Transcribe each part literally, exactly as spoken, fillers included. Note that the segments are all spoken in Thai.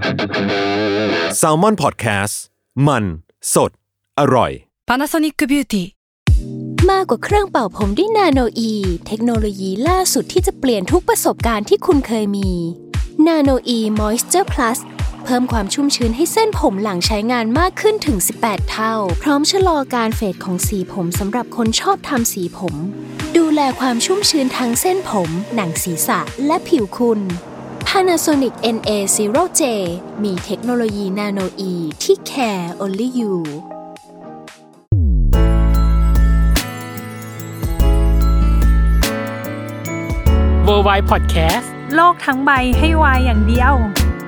Salmon Podcast มันสดอร่อย Panasonic Beauty มากกว่าเครื่องเป่าผมด้วยนาโนอีเทคโนโลยีล่าสุดที่จะเปลี่ยนทุกประสบการณ์ที่คุณเคยมีนาโนอี Moisture Plus เพิ่มความชุ่มชื้นให้เส้นผมหลังใช้งานมากขึ้นถึงสิบแปดเท่าพร้อมชะลอการเฟดของสีผมสำหรับคนชอบทำสีผมดูแลความชุ่มชื้นทั้งเส้นผมหนังศีรษะและผิวคุณ Panasonic เอ็น เอ ศูนย์ เจ มีเทคโนโลยีนาโนอีที่ care only you Worldwide Podcast โลกทั้งใบให้วายอย่างเดียว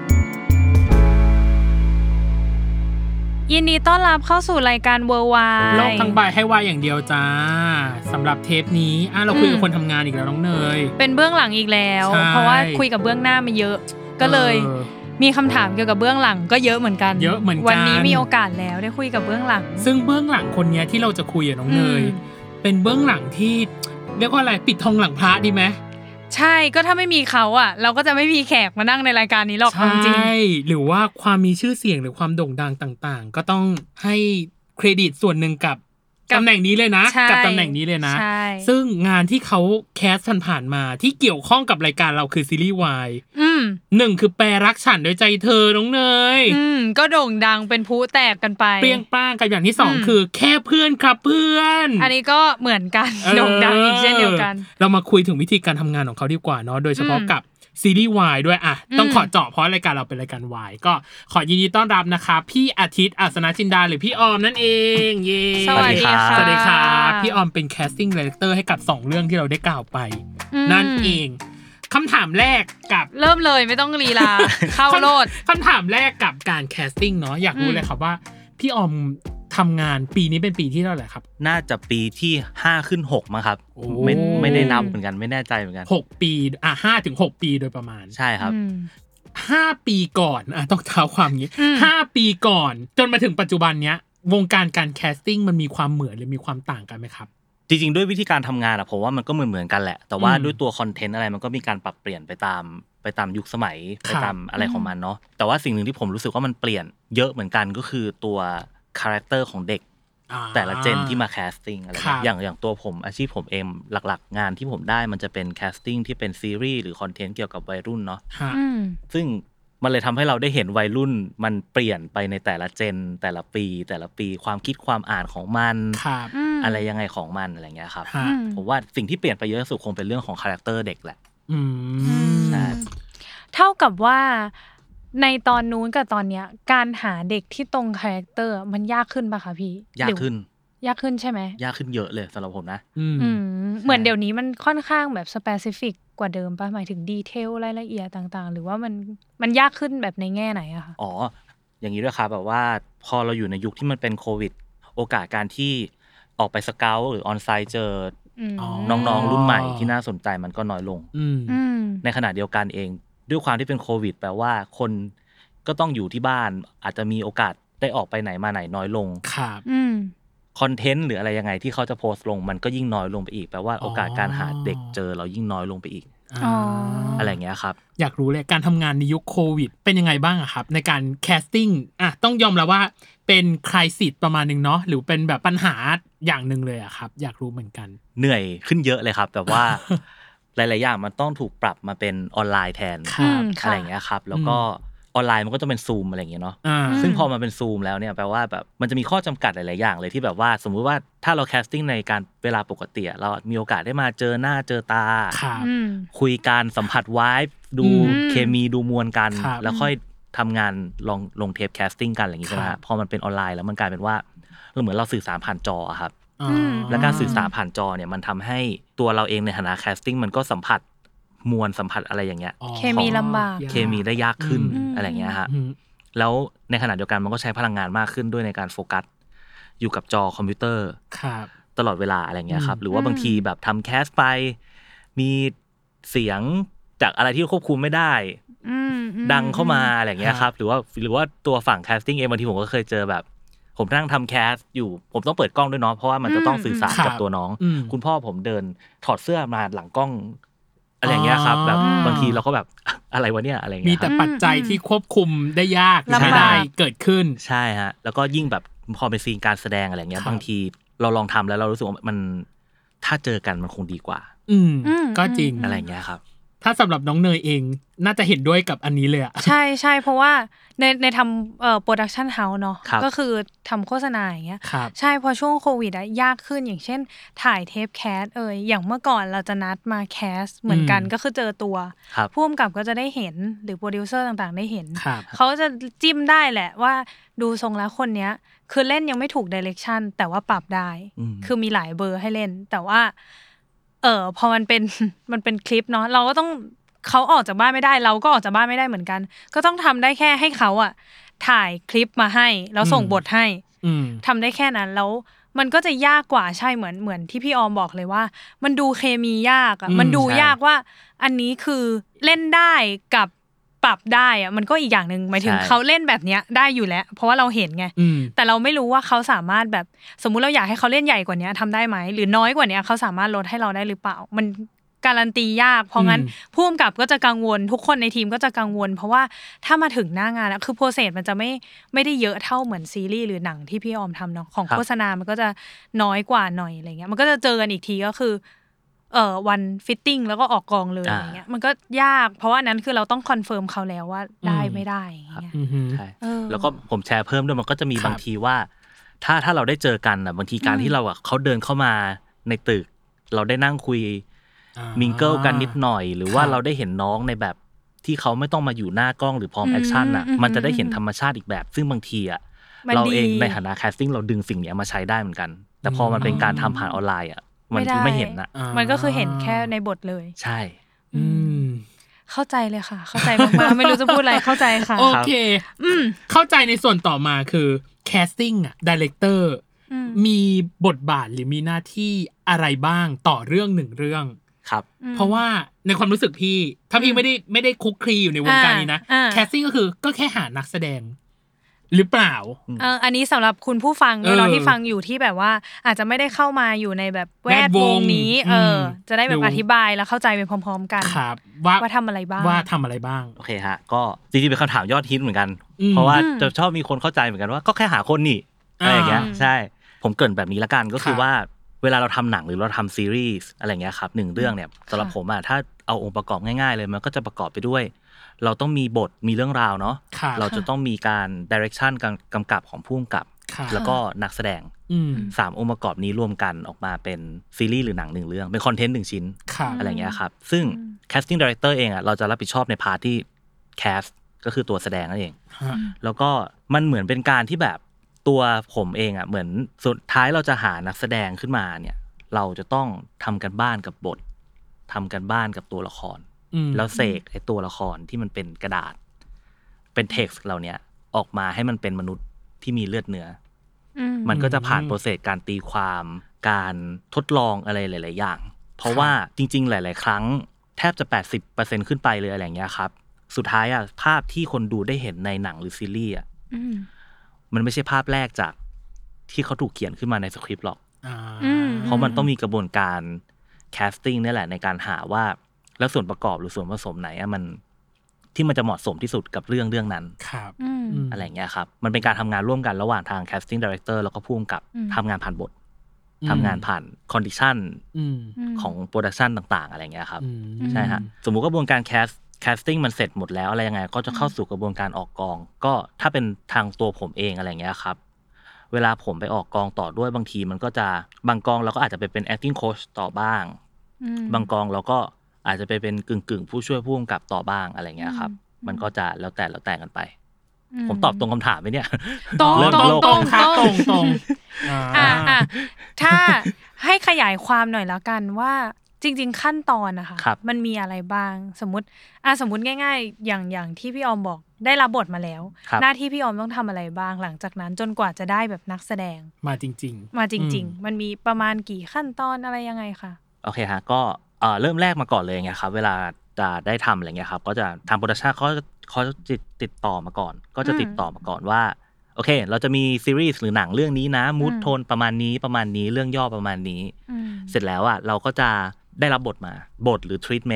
ยินดีต้อนรับเข้าสู่รายการ Worldwide โลกทั้งใบให้วายอย่างเดียวจ้าสำหรับเทปนี้อ่ะเราคุยกับคนทำงานอีกแล้วน้องเนยเป็นเบื้องหลังอีกแล้วเพราะว่าคุยกับเบื้องหน้ามาเยอะก็เลยมีคำถามเกี่ยวกับเบื้องหลังก็เยอะเหมือนกันเยอะเหมือนกันวันนี้มีโอกาสแล้วได้คุยกับเบื้องหลังซึ่งเบื้องหลังคนนี้ที่เราจะคุยกับน้องเนยเป็นเบื้องหลังที่เรียกว่าอะไรปิดทองหลังพระดีไหมใช่ก็ถ้าไม่มีเขาอ่ะเราก็จะไม่มีแขกมานั่งในรายการนี้หรอกจริงใช่หรือว่าความมีชื่อเสียงหรือความโด่งดังต่างๆก็ต้องให้เครดิตส่วนหนึ่งกับตำแหน่งนี้เลยนะกับตำแหน่งนี้เลยนะซึ่งงานที่เขาแคสผ่านๆมาที่เกี่ยวข้องกับรายการเราคือซีรีส์วายหนึ่งคือแปรรักฉันด้วยใจเธอน้องเนยก็โด่งดังเป็นผู้แตกกันไปเปรี้ยงป้างกับอย่างที่สองคือแค่เพื่อนครับเพื่อนอันนี้ก็เหมือนกันโด่งดังอีกเช่นเดียวกันเรามาคุยถึงวิธีการทำงานของเขาดีกว่าเนาะโดยเฉพาะกับซีรีส์วายด้วยอ่ะต้องขอเจาะเพราะรายการเราเป็นรายการวายก็ขอยินดีต้อนรับนะคะพี่อาทิตย์อัศนจินดาหรือพี่ออมนั่นเองเย้สวัสดีค่ะสวัสดีครับพี่ออมเป็น casting director ให้กับสองเรื่องที่เราได้กล่าวไปนั่นเองคำถามแรกกับเริ่มเลยไม่ต้องลีลาเข้าโลดคำถามแรกกับการแคสติ้งเนาะอยากรู้เลยครับว่าพี่ออมทำงานปีนี้เป็นปีที่เท่าไหร่ครับน่าจะปีที่ห้าขึ้นหกมั้งครับไม่ไม่ได้นับเหมือนกันไม่แน่ใจเหมือนกันหกปีอ่ะห้าถึงหกปีโดยประมาณใช่ครับห้าปีก่อนอ่ะต้องเท้าความงี้ห้าปีก่อนจนมาถึงปัจจุบันเนี้ยวงการการแคสติ้งมันมีความเหมือนหรือมีความต่างกันมั้ยครับจริงๆด้วยวิธีการทำงานอะผมว่ามันก็เหมือนๆกันแหละแต่ว่าด้วยตัวคอนเทนต์อะไรมันก็มีการปรับเปลี่ยนไปตามไปตามยุคสมัยไปตามอะไรของมันเนาะแต่ว่าสิ่งนึงที่ผมรู้สึกว่ามันเปลี่ยนเยอะเหมือนกันก็คือตัวคาแรคเตอร์ของเด็กแต่ละเจนที่มาแคสติ้งอะไรอย่างอย่างตัวผมอาชีพผมเองหลักๆงานที่ผมได้มันจะเป็นแคสติ้งที่เป็นซีรีส์หรือคอนเทนต์เกี่ยวกับวัยรุ่นเนาะซึ่งมันเลยทำให้เราได้เห็นวัยรุ่นมันเปลี่ยนไปในแต่ละเจนแต่ละปีแต่ละปีความคิดความอ่านของมันอะไรยังไงของมันอะไรเงี้ยครับผมว่าสิ่งที่เปลี่ยนไปเยอะสุดคงเป็นเรื่องของคาแรคเตอร์เด็กแหละใช่เท่ากับว่าในตอนนู้นกับตอนเนี้ยการหาเด็กที่ตรงคาแรคเตอร์มันยากขึ้นป่ะคะพี่ยากขึ้นยากขึ้นใช่ไหมยากขึ้นเยอะเลยสำหรับผมนะอืมเหมือนเดี๋ยวนี้มันค่อนข้างแบบสเปซิฟิกกว่าเดิมป่ะหมายถึงดีเทลรายละเอียดต่างๆหรือว่ามันมันยากขึ้นแบบในแง่ไหนอะคะอ๋ออย่างนี้ด้วยครับแบบว่าพอเราอยู่ในยุคที่มันเป็นโควิดโอกาสการที่ออกไปสเกาต์หรือออนไซต์เจอน้องๆรุ่นใหม่ที่น่าสนใจมันก็น้อยลงในขณะเดียวกันเองด้วยความที่เป็นโควิดแปลว่าคนก็ต้องอยู่ที่บ้านอาจจะมีโอกาสได้ออกไปไหนมาไหนน้อยลงครับคอนเทนต์หรืออะไรยังไงที่เขาจะโพสต์ลงมันก็ยิ่งน้อยลงไปอีกแปลว่าโอกาสการหาเด็กเจอเรายิ่งน้อยลงไปอีกอะไรอย่างเงี้ยครับอยากรู้เลยการทำงานในยุคโควิดเป็นยังไงบ้างอะครับในการแคสติ้งอ่ะต้องยอมรับว่าเป็นไครซิสประมาณนึงเนาะหรือเป็นแบบปัญหาอย่างนึงเลยอะครับอยากรู้เหมือนกันเหนื่อยขึ้นเยอะเลยครับแต่ว่า หลายๆอย่างมันต้องถูกปรับมาเป็นออนไลน์แทนอะไรอย่างเงี้ยครับแล้วก็ออนไลน์มันก็จะเป็นซูมอะไรอย่างเงี้ยเนาะซึ่งพอมาเป็นซูมแล้วเนี่ยแปลว่าแบบมันจะมีข้อจำกัดหลายๆอย่างเลยที่แบบว่าสมมุติว่าถ้าเราแคสติ้งในการเวลาปกติเรามีโอกาสได้มาเจอหน้าเจอตาคุยกันสัมผัสไวบ์ดูเคมีดูมวลกันแล้วค่อยทำงานลองลงเทปแคสติ้งกันอะไรอย่างงี้ใช่ไหมพอมันเป็นออนไลน์แล้วมันกลายเป็นว่าเราเหมือนเราสื่อสารผ่านจอครับและการสื่อสารผ่านจอเนี่ยมันทำให้ตัวเราเองในฐานะแคสติ้งมันก็สัมผัสมวลสัมผัสอะไรอย่างเงี้ยเคมีลำบากเคมีได้ยากขึ้นอะไรอย่างเงี้ยฮะแล้วในขณะเดียวกันมันก็ใช้พลังงานมากขึ้นด้วยในการโฟกัสอยู่กับจอคอมพิวเตอร์ตลอดเวลาอะไรเงี้ยครับหรือว่าบางทีแบบทำแคสไปมีเสียงจากอะไรที่ควบคุมไม่ได้ดังเข้ามาอะไรเงี้ยครับหรือว่าหรือว่าตัวฝั่งแคสติ้งเองบางทีผมก็เคยเจอแบบผมนั่งทำแคสอยู่ผมต้องเปิดกล้องด้วยเนาะเพราะว่ามันจะต้องสื่อสารกับตัวน้องคุณพ่อผมเดินถอดเสื้อมาหลังกล้องอะไรอย่างเงี้ยครับแบบบางทีเราก็แบบอะไรวะเนี่ยอะไรเงี้ยมีแต่ปัจจัยที่ควบคุมได้ยากไม่ได้เกิดขึ้นใช่ฮะแล้วก็ยิ่งแบบพอเป็นซีนการแสดงอะไรเงี้ยบางทีเราลองทำแล้วเรารู้สึกว่ามันถ้าเจอกันมันคงดีกว่าอืมก็จริงอะไรเงี้ยครับถ้าสำหรับน้องเนยเองน่าจะเห็นด้วยกับอันนี้เลยอ่ะใช่ใช่เพราะว่าในในทำเอ่อโปรดักชันเฮาส์เนาะก็คือทำโฆษณาอย่างเงี้ยใช่พอช่วงโควิดอะยากขึ้นอย่างเช่นถ่ายเทปแคสเอ่ยอย่างเมื่อก่อนเราจะนัดมาแคสเหมือนกันก็คือเจอตัวผู้กำกับก็จะได้เห็นหรือโปรดิวเซอร์ต่างๆได้เห็นเขาจะจิ้มได้แหละว่าดูทรงแล้วคนเนี้ยคือเล่นยังไม่ถูกไดเรกชันแต่ว่าปรับได้คือมีหลายเบอร์ให้เล่นแต่ว่าเออพอมันเป็นมันเป็นคลิปเนาะเราก็ต้องเขาออกจากบ้านไม่ได้เราก็ออกจากบ้านไม่ได้เหมือนกันก็ต้องทำได้แค่ให้เขาอะถ่ายคลิปมาให้แล้วส่งบทให้ทำได้แค่นั้นแล้วมันก็จะยากกว่าใช่เหมือนเหมือนที่พี่ออมบอกเลยว่ามันดูเคมียากอะมันดูยากว่าอันนี้คือเล่นได้กับปรับได้อะมันก็อีกอย่างนึงหมายถึงเขาเล่นแบบเนี้ยได้อยู่แล้วเพราะว่าเราเห็นไงแต่เราไม่รู้ว่าเขาสามารถแบบสมมุติเราอยากให้เขาเล่นใหญ่กว่านี้ทำได้ไหมหรือน้อยกว่านี้เขาสามารถลดให้เราได้หรือเปล่ามันการันตียากเพราะงั้นผู้กำกับก็จะกังวลทุกคนในทีมก็จะกังวลเพราะว่าถ้ามาถึงหน้างานแล้วคือโปรเซสมันจะไม่ไม่ได้เยอะเท่าเหมือนซีรีส์หรือหนังที่พี่ออมทำเนาะของโฆษณามันก็จะน้อยกว่าหน่อยอะไรเงี้ยมันก็จะเจอกันอีกทีก็คือเอ่อวันฟิตติ้งแล้วก็ออกกองเลยอะไรเงี้ยมันก็ยากเพราะว่านั้นคือเราต้องคอนเฟิร์มเขาแล้วว่าได้ไม่ได้อย่างเงี้ยใช่แล้วก็ผมแชร์เพิ่มด้วยมันก็จะมีบางทีว่าถ้าถ้าเราได้เจอกันอ่ะบางทีการที่เราอ่ะเขาเดินเข้ามาในตึกเราได้นั่งคุยมิงเกิลกันนิดหน่อยหรือว่าเราได้เห็นน้องในแบบที่เขาไม่ต้องมาอยู่หน้ากล้องหรือพร้อมแอคชั่นอ่ะมันจะได้เห็นธรรมชาติอีกแบบซึ่งบางทีอ่ะเราเองในฐานะแคสติ้งเราดึงสิ่งนี้มาใช้ได้เหมือนกันแต่พอมันเป็นการทำผ่านออนไลน์อ่ะมันไม่เห็นนะมันก็คือเห็นแค่ในบทเลยใช่เข้าใจเลยค่ะเข้าใจมากๆไม่รู้จะพูดอะไรเข้าใจค่ะโอเคเข้าใจในส่วนต่อมาคือแคสติ้งอ่ะไดเรคเตอร์มีบทบาทหรือมีหน้าที่อะไรบ้างต่อเรื่องหนึ่งเรื่องครับเพราะว่าในความรู้สึกพี่ถ้าพี่ไม่ได้ไม่ได้คุกคลีอยู่ในวงการนี้นะแคสติ้งก็คือก็แค่หานักแสดงหรือเปล่าเอออันนี้สำหรับคุณผู้ฟังด้วยเนาะที่ฟังอยู่ที่แบบว่าอาจจะไม่ได้เข้ามาอยู่ในแบบแวดวงนี้เออจะได้แบบอธิบายแล้วเข้าใจไปพร้อมๆกันครับว่าว่าทำอะไรบ้างว่าทำอะไรบ้างโอเคฮะก็จริงๆเป็นคำถามยอดฮิตเหมือนกันเพราะว่าจะชอบมีคนเข้าใจเหมือนกันว่าก็แค่หาคนนี่อะไรอย่างเงี้ยใช่ผมเกริ่นแบบนี้ละกันก็คือว่าเวลาเราทำหนังหรือเราทำซีรีส์อะไรเงี้ยครับหนึ่งเรื่องเนี่ยสำหรับผมอะถ้าเอาองค์ประกอบง่ายๆเลยมันก็จะประกอบไปด้วยเราต้องมีบทมีเรื่องราวเนาะเราจะต้องมีการดิเรกชันการกำกับของผู้กำกับแล้วก็นักแสดงสามองค์ประกอบนี้รวมกันออกมาเป็นซีรีส์หรือหนังหนึ่งเรื่องเป็นคอนเทนต์หนึ่งชิ้นอะไรเงี้ยครับซึ่ง casting director เองอะเราจะรับผิดชอบในพาร์ทที่ cast ก็คือตัวแสดงนั่นเองแล้วก็มันเหมือนเป็นการที่แบบตัวผมเองอ่ะเหมือนสุดท้ายเราจะหานักแสดงขึ้นมาเนี่ยเราจะต้องทำกันบ้านกับบททำกันบ้านกับตัวละครแล้วเสกไอ้ตัวละครที่มันเป็นกระดาษเป็นเท็กซ์เหล่านี้ออกมาให้มันเป็นมนุษย์ที่มีเลือดเนื้อมันก็จะผ่านโปรเซสการตีความการทดลองอะไรหลายๆอย่างเพราะว่าจริงๆหลายๆครั้งแทบจะ แปดสิบเปอร์เซ็นต์ ขึ้นไปเลยอะไรอย่างเงี้ยครับสุดท้ายอ่ะภาพที่คนดูได้เห็นในหนังหรือซีรีส์อ่ะมันไม่ใช่ภาพแรกจากที่เขาถูกเขียนขึ้นมาในสคริปต์หรอกเพราะมันต้องมีกระบวนการแคสติ้งนี่แหละในการหาว่าแล้วส่วนประกอบหรือส่วนผสมไหนอะมันที่มันจะเหมาะสมที่สุดกับเรื่องเรื่องนั้นครับอะไรเงี้ยครับมันเป็นการทำงานร่วมกันระหว่างทาง casting director แล้วก็ผู้กำกับทำงานผ่านบททำงานผ่านคอนดิชันของโปรดักชันต่างๆอะไรเงี้ยครับใช่ฮะสมมุติกระบวนการแคสcasting มันเสร็จหมดแล้วอะไรยังไงก็จะเข้าสู่กระบวนการออกกองก็ถ้าเป็นทางตัวผมเองอะไรเงี้ยครับเวลาผมไปออกกองต่อด้วยบางทีมันก็จะบางกองเราก็อาจจะไปเป็น acting coach ต่อบ้างบางกองเราก็อาจจะไปเป็นกึ่งๆผู้ช่วยผู้กำกับต่อบ้างอะไรเงี้ยครับมันก็จะแล้วแต่แล้วแต่กันไปผมตอบตรงคำถามไหมเนี่ยตรงตรงตรงครับตรงตรงอ่าถ้าให้ขยายความหน่อยแล้วกันว่าจริงๆขั้นตอนนะคะมันมีอะไรบ้างสมมุติอ่ะสมมุติง่ายๆอย่างอย่างที่พี่ออมบอกได้รับบทมาแล้วหน้าที่พี่ออมต้องทำอะไรบ้างหลังจากนั้นจนกว่าจะได้แบบนักแสดงมาจริงๆมาจริงๆมันมีประมาณกี่ขั้นตอนอะไรยังไงคะโอเคฮะก็เอ่อเริ่มแรกมาก่อนเลยไงครับเวลาจะได้ทำอะไรเงี้ยครับก็จะทางโปรดักชั่นเขาเขาติดติดต่อมาก่อนก็จะติดต่อมาก่อนว่าโอเคเราจะมีซีรีส์หรือหนังเรื่องนี้นะมูดโทนประมาณนี้ประมาณนี้เรื่องย่อประมาณนี้เสร็จแล้วอ่ะเราก็จะได้รับบทมาบทหรือทรีทเมนต์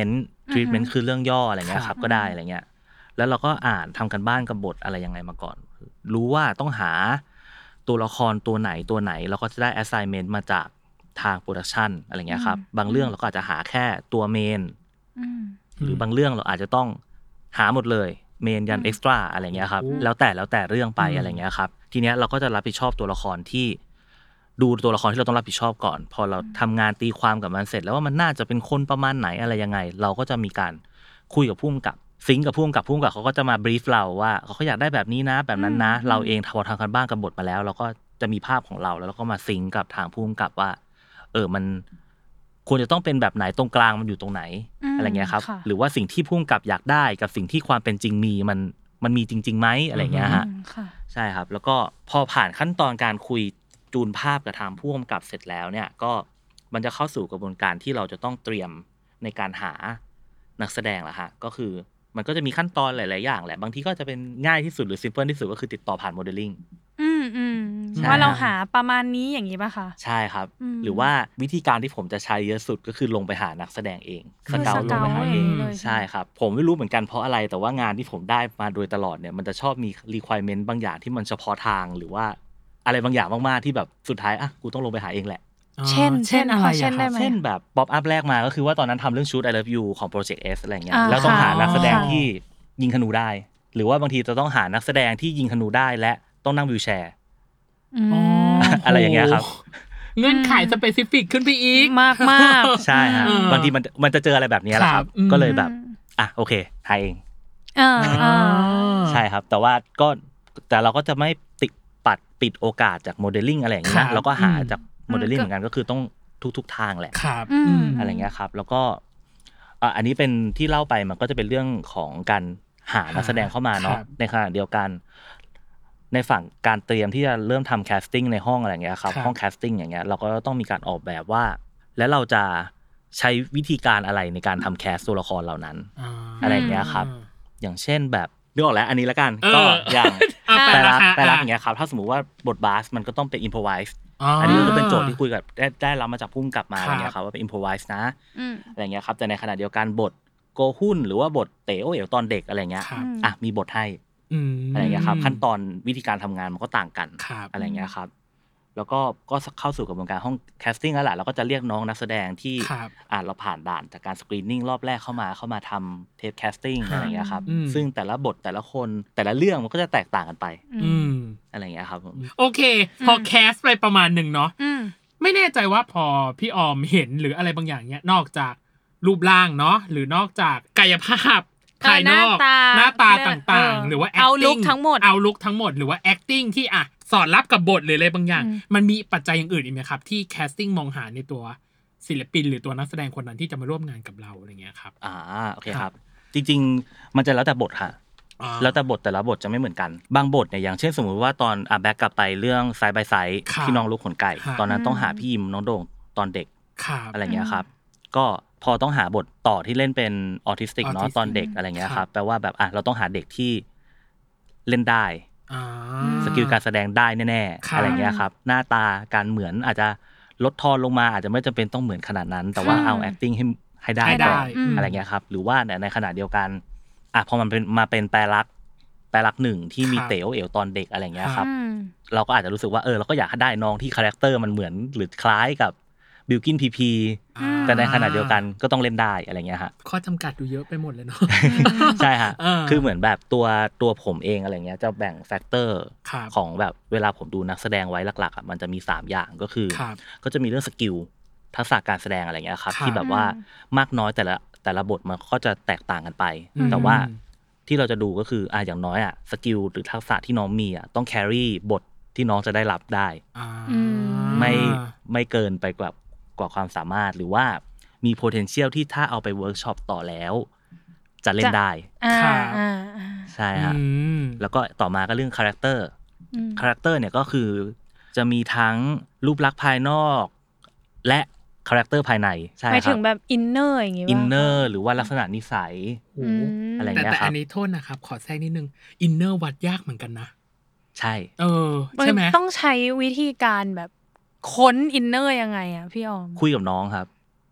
treatment คือเรื่องย่ออะไรเงี้ยครับก็ได้อะไรเงี้ยแล้วเราก็อ่านทำกันบ้านกับบทอะไรยังไงมาก่อนรู้ว่าต้องหาตัวละครตัวไหนตัวไหนเราก็จะได้ assignment มาจากทางโปรดักชันอะไรเงี้ยครับบางเรื่องเราก็อาจจะหาแค่ตัวเมนหรือบางเรื่องเราอาจจะต้องหาหมดเลยเมนยันเอ็กซ์ตร้าอะไรเงี้ยครับแล้วแต่แล้วแต่เรื่องไปอะไรเงี้ยครับทีเนี้ยเราก็จะรับผิดชอบตัวละครที่ดูตัวละครที่เราต้องรับผิดชอบก่อนพอเราทำงานตีความกับมันเสร็จแล้วว่ามันน่าจะเป็นคนประมาณไหนอะไรยังไงเราก็จะมีการคุยกับผู้กำกับซิงกับผู้กำกับผู้กำกับเขาก็จะมาบรีฟเราว่าเขาอยากได้แบบนี้นะแบบนั้นนะเราเองพอทำกันบ้านกับบทมาแล้วเราก็จะมีภาพของเราแล้วเราก็มาซิงกับทางผู้กำกับว่าเออมันควรจะต้องเป็นแบบไหนตรงกลางมันอยู่ตรงไหนอะไรเงี้ยครับหรือว่าสิ่งที่ผู้กำกับอยากได้กับสิ่งที่ความเป็นจริงมีมันมันมีจริงๆไหมอะไรเงี้ยฮะใช่ครับแล้วก็พอผ่านขั้นตอนการคุยจูนภาพกับทางผู้กำกับเสร็จแล้วเนี่ยก็มันจะเข้าสู่กระบวนการที่เราจะต้องเตรียมในการหานักแสดงละฮะก็คือมันก็จะมีขั้นตอนหลายๆอย่างแหละบางทีก็จะเป็นง่ายที่สุดหรือซิมเพิลที่สุดก็คือติดต่อผ่านโมเดลลิ่งอืมอืมว่าเราหาประมาณนี้อย่างนี้ป่ะคะใช่ครับหรือว่าวิธีการที่ผมจะใช้เยอะสุดก็คือลงไปหานักแสดงเองสเกาต์ลงไปหาเองใช่ครับผมไม่รู้เหมือนกันเพราะอะไรแต่ว่างานที่ผมได้มาโดยตลอดเนี่ยมันจะชอบมี requirement บางอย่างที่มันเฉพาะทางหรือว่าอะไรบางอย่างมากๆที่แบบสุดท้ายอ่ะกูต้องลงไปหาเองแหละเช่นเช่นอะไรเช่นได้มั้ยเช่นแบบป๊อปอัพแรกมาก็คือว่าตอนนั้นทำเรื่อง Shoot I Love You ของ Project S อะไรเงี้ยแล้วต้องหานักแสดงที่ยิงธนูได้หรือว่าบางทีจะต้องหานักแสดงที่ยิงธนูได้และต้องนั่งวีลแชร์อะไรอย่างเงี้ยครับเงื่อนไขสเปซิฟิกขึ้นไปอีกมากมากใช่ฮะบางทีมันมันจะเจออะไรแบบนี้แหละครับก็เลยแบบอ่ะโอเคหาเองใช่ครับแต่ว่าก็แต่เราก็จะไม่ติดปัดปิดโอกาสจากโมเดลลิ่งอะไรอย่างเงี้ยเราก็หาจากโมเดลลิ่งเหมือนกันก็คือต้องทุกๆทางแหละอะไรเงี้ยครับแล้วก็อันนี้เป็นที่เล่าไปมันก็จะเป็นเรื่องของการหานักแสดงเข้ามาเนาะในขณะเดียวกันในฝั่งการเตรียมที่จะเริ่มทำแคสติ้งในห้องอะไรเงี้ยครับห้องแคสติ้งอย่างเงี้ยเราก็ต้องมีการออกแบบว่าแล้วเราจะใช้วิธีการอะไรในการทำแคสตัวละครเหล่านั้นอะไรเงี้ยครับอย่างเช่นแบบนึกออกแล้วอันนี้ละกันก็อย่างแต่ละแต่ละอย่างเงี้ยครับถ้าสมมุติว่าบทบาสมันก็ต้องเป็นอิมพอไวส์อันนี้ก็เป็นโจทย์ที่คุยกับได้ได้รับมาจากผู้กำกับมาอะไรเงี้ยครับว่าเป็นอิมพอไวส์นะอะไรเงี้ยครับแต่ในขณะเดียวกันบทโกหุ้นหรือว่าบทเต๋อเอ๋วตอนเด็กอะไรเงี้ยอ่ะมีบทให้อะไรเงี้ยครับขั้นตอนวิธีการทำงานมันก็ต่างกันอะไรเงี้ยครับแล้วก็ก็เข้าสู่กระบวนการห้องแคสติ้งแล้วแหละเราก็จะเรียกน้องนักแสดงที่อ่าเราผ่านด่านจากการสกรีนนิ่งรอบแรกเข้ามาเข้ามาทำเทปแคสติ้งอะไรเงี้ยครับซึ่งแต่ละบทแต่ละคนแต่ละเรื่องมันก็จะแตกต่างกันไปอะไรเงี้ยครับโอเคพอแคสไปประมาณหนึ่งเนาะไม่แน่ใจว่าพอพี่ออมเห็นหรืออะไรบางอย่างเนี้ยนอกจากรูปร่างเนาะหรือนอกจากกายภาพภายนอกหน้าตาต่างๆหรือว่า acting เอาลุคทั้งหมดเอาลุคทั้งหมดหรือว่า acting ที่อ่ะสอดรับกับบทหรืออะไรบางอย่างมันมีปัจจัยอย่างอื่นอีกไหมครับที่ casting มองหาในตัวศิลปินหรือตัวนักแสดงคนนั้นที่จะมาร่วมงานกับเราอะไรเงี้ยครับอ่าโอเคครับจริงๆมันจะแล้วแต่บทค่ะแล้วแต่บทแต่ละบทจะไม่เหมือนกันบางบทเนี่ยอย่างเช่นสมมุติว่าตอนอ่ะแบ็คกลับไปเรื่อง Side by Side ที่น้องลูกขนไก่ตอนนั้นต้องหาพี่ยิมน้องโด่งตอนเด็กอะไรเงี้ยครับก็พอต้องหาบทต่อที่เล่นเป็นออทิสติกเนาะตอนเด็กอะไรเงี้ยครับแปลว่าแบบอ่ะเราต้องหาเด็กที่เล่นได้สกิลการแสดงได้แน่ๆอะไรเงี้ยครับหน้าตาการเหมือนอาจจะลดทอนลงมาอาจจะไม่จำเป็นต้องเหมือนขนาดนั้นแต่ว่าเอา acting ให้ให้ได้ก่อนอะไรเงี้ยครับหรือว่าในขณะเดียวกันอ่ะพอมันเป็นมาเป็นแปรลักษณ์แปรลักษณ์หนึ่งที่มีเต๋อเอ๋วตอนเด็กอะไรเงี้ยครับเราก็อาจจะรู้สึกว่าเออเราก็อยากให้ได้น้องที่คาแรคเตอร์มันเหมือนหรือคล้ายกับบิลกินพีพีแต่ในขณะเดียวกันก็ต้องเล่นได้อะไรเงี้ยฮะข้อจำกัดดูเยอะไปหมดเลยเนาะใช่ฮะคือเหมือนแบบตัวตัวผมเองอะไรเงี้ยจะแบ่งแฟกเตอร์ของแบบเวลาผมดูนักแสดงไว้หลักๆอ่ะมันจะมีสามอย่างก็คือก็จะมีเรื่องสกิลทักษะการแสดงอะไรเงี้ยครับที่แบบว่ามากน้อยแต่ละแต่ละบทมันก็จะแตกต่างกันไปแต่ว่าที่เราจะดูก็คืออ่ะอย่างน้อยอ่ะสกิลหรือทักษะที่น้องมีอ่ะต้องแครี่บทที่น้องจะได้รับได้ไม่ไม่เกินไปกว่ากว่าความสามารถหรือว่ามี potential ที่ถ้าเอาไปเวิร์กช็อปต่อแล้วจะเล่นได้ใช่ฮะแล้วก็ต่อมาก็เรื่องคาแรคเตอร์คาแรคเตอร์เนี่ยก็คือจะมีทั้งรูปลักษณ์ภายนอกและคาแรคเตอร์ภายในใช่ครับหมายถึงแบบอินเนอร์อย่างงี้ว่าอินเนอร์หรือว่าลักษณะนิสัยอะไรอย่างเงี้ยครับแต่อันนี้โทษนะครับขอแทรกนิดนึงอินเนอร์วัดยากเหมือนกันนะใช่เออใช่ไหมต้องใช้วิธีการแบบค้นอินเนอร์ยังไงอ่ะพี่ออมคุยกับน้องครับ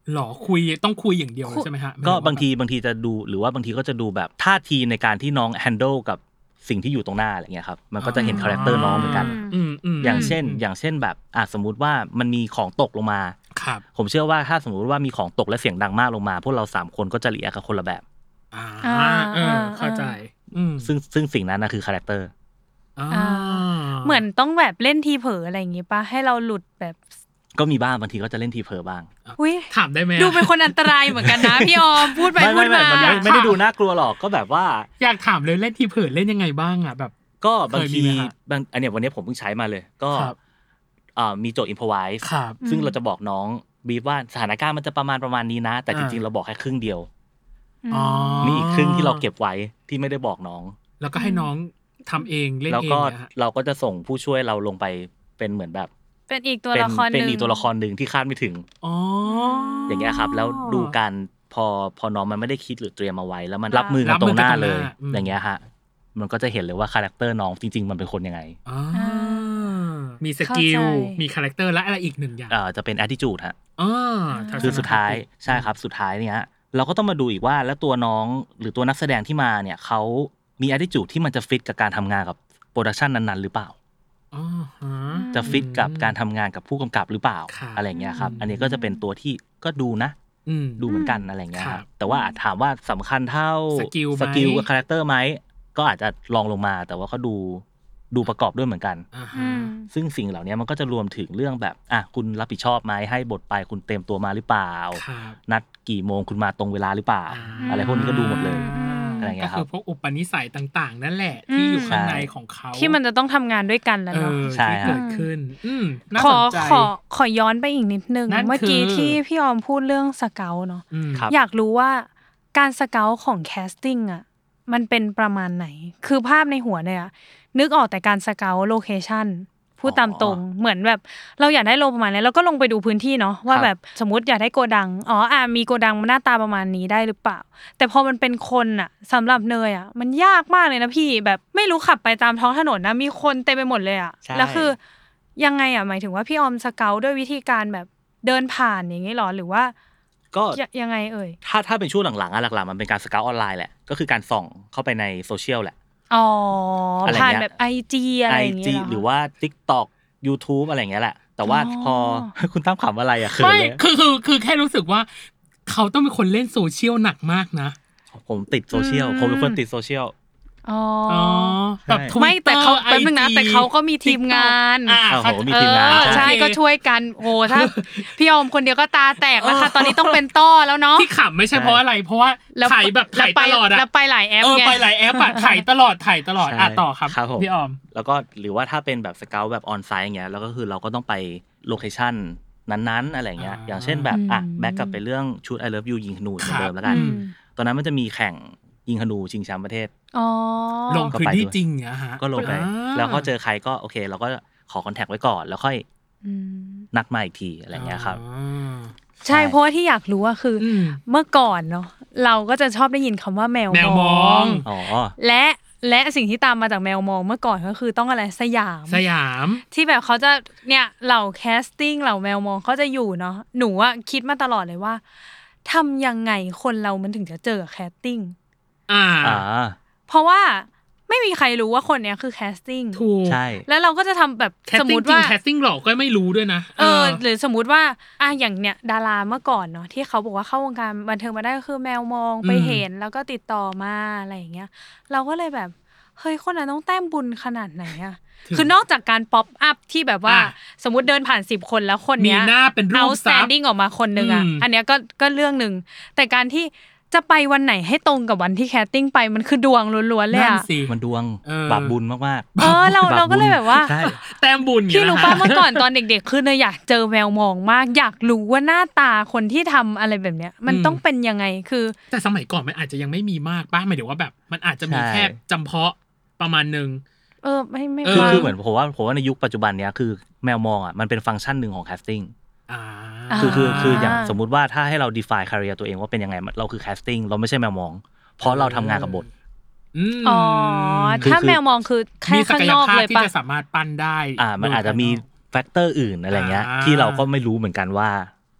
หรอคุยต้องคุยอย่างเดียวใช่ไหมฮะก็บางทีบางทีจะดูหรือว่าบางทีก็จะดูแบบท่าทีในการที่น้อง handle กับสิ่งที่อยู่ตรงหน้าอะไรเงี้ยครับมันก็จะเห็นคาแรคเตอร์น้องเหมือนกันอย่างเช่นอย่างเช่นแบบอ่ะสมมุติว่ามันมีของตกลงมาผมเชื่อว่าถ้าสมมุติว่ามีของตกและเสียงดังมากลงมาพวกเราสามคนก็จะรีแอคกับคนละแบบอ่าเออเข้าใจซึ่งซึ่งสิ่งนั้นน่ะคือคาแรคเตอร์เหมือนต้องแบบเล่นทีเผลออะไรอย่างงี้ป่ะให้เราหลุดแบบก็มีบ้างบางทีก็จะเล่นทีเผลอบ้างอุ๊ยถามได้มั้ยดูเป็นคนอันตรายเหมือนกันนะพี่ออมพูดไปพูดมาไม่ได้ดูน่ากลัวหรอกก็แบบว่าอยากถามเลยเล่นทีเผลอเล่นยังไงบ้างอ่ะแบบก็บางทีบางอันเนี้ยวันนี้ผมเพิ่งใช้มาเลยก็อ่ามีโจทย์อิมพอไวส์ซึ่งเราจะบอกน้องบีฟว่าสถานการณ์มันจะประมาณประมาณนี้นะแต่จริงๆเราบอกแค่ครึ่งเดียวอ๋อมีอีกครึ่งที่เราเก็บไว้ที่ไม่ได้บอกน้องแล้วก็ให้น้องทำเองเล่นเองแล้วก็เราก็จะส่งผู้ช่วยเราลงไปเป็นเหมือนแบบเป็นอีกตัวละครนึงเป็นอีกตัวละครนึงที่คาดไม่ถึงอ๋ออย่างเงี้ยครับแล้วดูการพอพอน้องมันไม่ได้คิดหรือเตรียมเอาไว้แล้วมันรับมือกันตรงหน้าเลยอย่างเงี้ยฮะมันก็จะเห็นเลยว่าคาแรคเตอร์น้องจริงๆมันเป็นคนยังไงอ๋อมีสกิลมีคาแรคเตอร์และอะไรอีกหนึ่งอย่างเอ่อจะเป็น attitude ฮะอ๋อคือสุดท้ายใช่ครับสุดท้ายเนี่ยเราก็ต้องมาดูอีกว่าแล้วตัวน้องหรือตัวนักแสดงที่มาเนี่ยเขามี attitude ที่มันจะฟิตกับการทำงานกับโปรดักชันนั้นๆหรือเปล่าอ๋อฮะจะฟิตกับการทำงานกับผู้กำกับหรือเปล่าอะไรเงี้ยครับอันนี้ก็จะเป็นตัวที่ก็ดูนะดูเหมือนกันอะไรเงี้ยครับแต่ว่าถามว่าสำคัญเท่าสกิลสกิลกับคาแรคเตอร์ไหมก็อาจจะลองลงมาแต่ว่าเขาดูดูประกอบด้วยเหมือนกันซึ่งสิ่งเหล่านี้มันก็จะรวมถึงเรื่องแบบอ่ะคุณรับผิดชอบไหมให้บทไปคุณเต็มตัวมาหรือเปล่านัดกี่โมงคุณมาตรงเวลาหรือเปล่าอะไรพวกนี้ก็ดูหมดเลยอะไรเงี้ยครับก็คือพวกอุปนิสัยต่างๆนั่นแหละที่อยู่ข้างในของเขาที่มันจะต้องทำงานด้วยกันแล้วเนาะที่เกิดขึ้นขอขอขอย้อนไปอีกนิดนึงเมื่อกี้ที่พี่ออมพูดเรื่องสเกาต์เนาะอยากรู้ว่าการสเกาต์ของแคสติ้งอ่ะมันเป็นประมาณไหนคือภาพในหัวเนี่ยนึกออกแต่การสเกาต์โลเคชั่นพูดตามตรงเหมือนแบบเราอยากได้โลประมาณนี้แล้วก็ลงไปดูพื้นที่เนาะว่าแบบสมมติอยากได้โกดังอ๋ออ่ะมีโกดังหน้าตาประมาณนี้ได้หรือเปล่าแต่พอมันเป็นคนอ่ะสำหรับเนยอ่ะมันยากมากเลยนะพี่แบบไม่รู้ขับไปตามท้องถนนนะมีคนเต็มไปหมดเลยอ่ะแล้วคือยังไงอ่ะหมายถึงว่าพี่ออมสเกาต์ด้วยวิธีการแบบเดินผ่านอย่างงี้หรอหรือว่าก็ยังไงเอ่ยถ้าถ้าเป็นช่วงหลังๆอ่ะหลักๆมันเป็นการสเกาต์ออนไลน์แหละก็คือการส่องเข้าไปในโซเชียลแหละอ๋อผ่านแบบ ไอ จี อะไรอย่างเงี้ยหรือว่า TikTok YouTube อะไรอย่างเงี้ยแหละแต่ว่าพอคุณตั้งคำว่าอะไรอ่ะคือคือคือคือแค่รู้สึกว่าเขาต้องเป็นคนเล่นโซเชียลหนักมากนะผมติดโซเชียลผมเป็นคนติดโซเชียลอ๋อแบบไม่แต่เขาแป๊บนึงนะแต่เขาก็มีทีมงานอ่าโหมีทีมงานใช่ก็ช่วยกันโอ้ถ้าพี่ออมคนเดียวก็ตาแตกแล้วค่ะตอนนี้ต้องเป็นต้อแล้วเนาะที่ขำไม่ใช่เพราะอะไรเพราะว่าถ่ายแบบถ่ายตลอดอ่ะแล้วไปหลายแอปไงเออไปหลายแอปอ่ะถ่ายตลอดถ่ายตลอดอ่ะต่อครับพี่ออมแล้วก็หรือว่าถ้าเป็นแบบสเกาต์แบบออนไซต์อย่างเงี้ยแล้วก็คือเราก็ต้องไปโลเคชั่นนั้นๆอะไรเงี้ยอย่างเช่นแบบอ่ะแบ็กกลับไปเรื่องชุด I Love You ยิงธนูเหมือนเดิมแล้วกันตอนนั้นมันจะมีแข่งยิงธนูชิงแชมป์ประเทศอ๋อลงพื้นที่จริงเหรอฮะก็ลงไปแล้วก็เจอใครก็โอเคเราก็ขอคอนแทคไว้ก่อนแล้วค่อยนัดมาอีกทีอะไรเงี้ยครับใช่เพราะว่าที่อยากรู้ว่าคือเมื่อก่อนเนาะเราก็จะชอบได้ยินคำว่าแมวมองอ๋อและและสิ่งที่ตามมาจากแมวมองเมื่อก่อนก็คือต้องอะไรสยามสยามที่แบบเขาจะเนี่ยเหล่าแคสติ้งเหล่าแมวมองเขาจะอยู่เนาะหนูอะคิดมาตลอดเลยว่าทำยังไงคนเรามันถึงจะเจอแคสติ้งอ่าเพราะว่าไม่มีใครรู้ว่าคนเนี้ยคือแคสติ้งถูกใช่แล้วเราก็จะทำแบบสมมุติว่าแคสติ้งหลอกก็ไม่รู้ด้วยนะเออหรือสมมุติว่าอ่ะอย่างเนี้ยดาราเมื่อก่อนเนาะที่เขาบอกว่าเข้าวงการบันเทิงมาได้ก็คือแมวมองไปเห็นแล้วก็ติดต่อมาอะไรอย่างเงี้ยเราก็เลยแบบเฮ้ยคนนั้นต้องแต้มบุญขนาดไหนอะคือนอกจากการป๊อปอัพที่แบบว่าสมมุติเดินผ่านสิบคนแล้วคนเนี้ยมีหน้าเป็นรูป outstanding ออกมาคนนึงอ่ะอันเนี้ยก็ก็เรื่องนึงแต่การที่จะไปวันไหนให้ตรงกับวันที่แคสติ้งไปมันคือดวงล้วนๆเลยอ่ะมันดวงบาปบุญมากๆเออเราเราก็เลยแบบว่าแต้มบุญพี่รู้ป่ะเมื่อก่อนตอนเด็กๆคือเนยอยากเจอแมวมองมากอยากรู้ว่าหน้าตาคนที่ทำอะไรแบบเนี้ยมันต้องเป็นยังไงคือแต่สมัยก่อนมันอาจจะยังไม่มีมากป่ะหมายถึงว่าแบบมันอาจจะมีแค่จำเพาะประมาณนึงเออไม่ไม่คือคือเหมือนผมว่าผมว่าในยุคปัจจุบันเนี้ยคือแมวมองอ่ะมันเป็นฟังก์ชันนึงของแคสติ้งอ่าคือคือคืออย่างสมมุติว่าถ้าให้เรา define career ตัวเองว่าเป็นยังไงเราคือ casting เราไม่ใช่แมวมองเพราะเราทำงานกับบทอ๋อถ้าแมวมองคือแค่ข้างนอกเลยป่ะที่จะสามารถปั้นได้อ่ามันอาจจะมีแฟกเตอร์อื่นอะไรเงี้ยที่เราก็ไม่รู้เหมือนกันว่า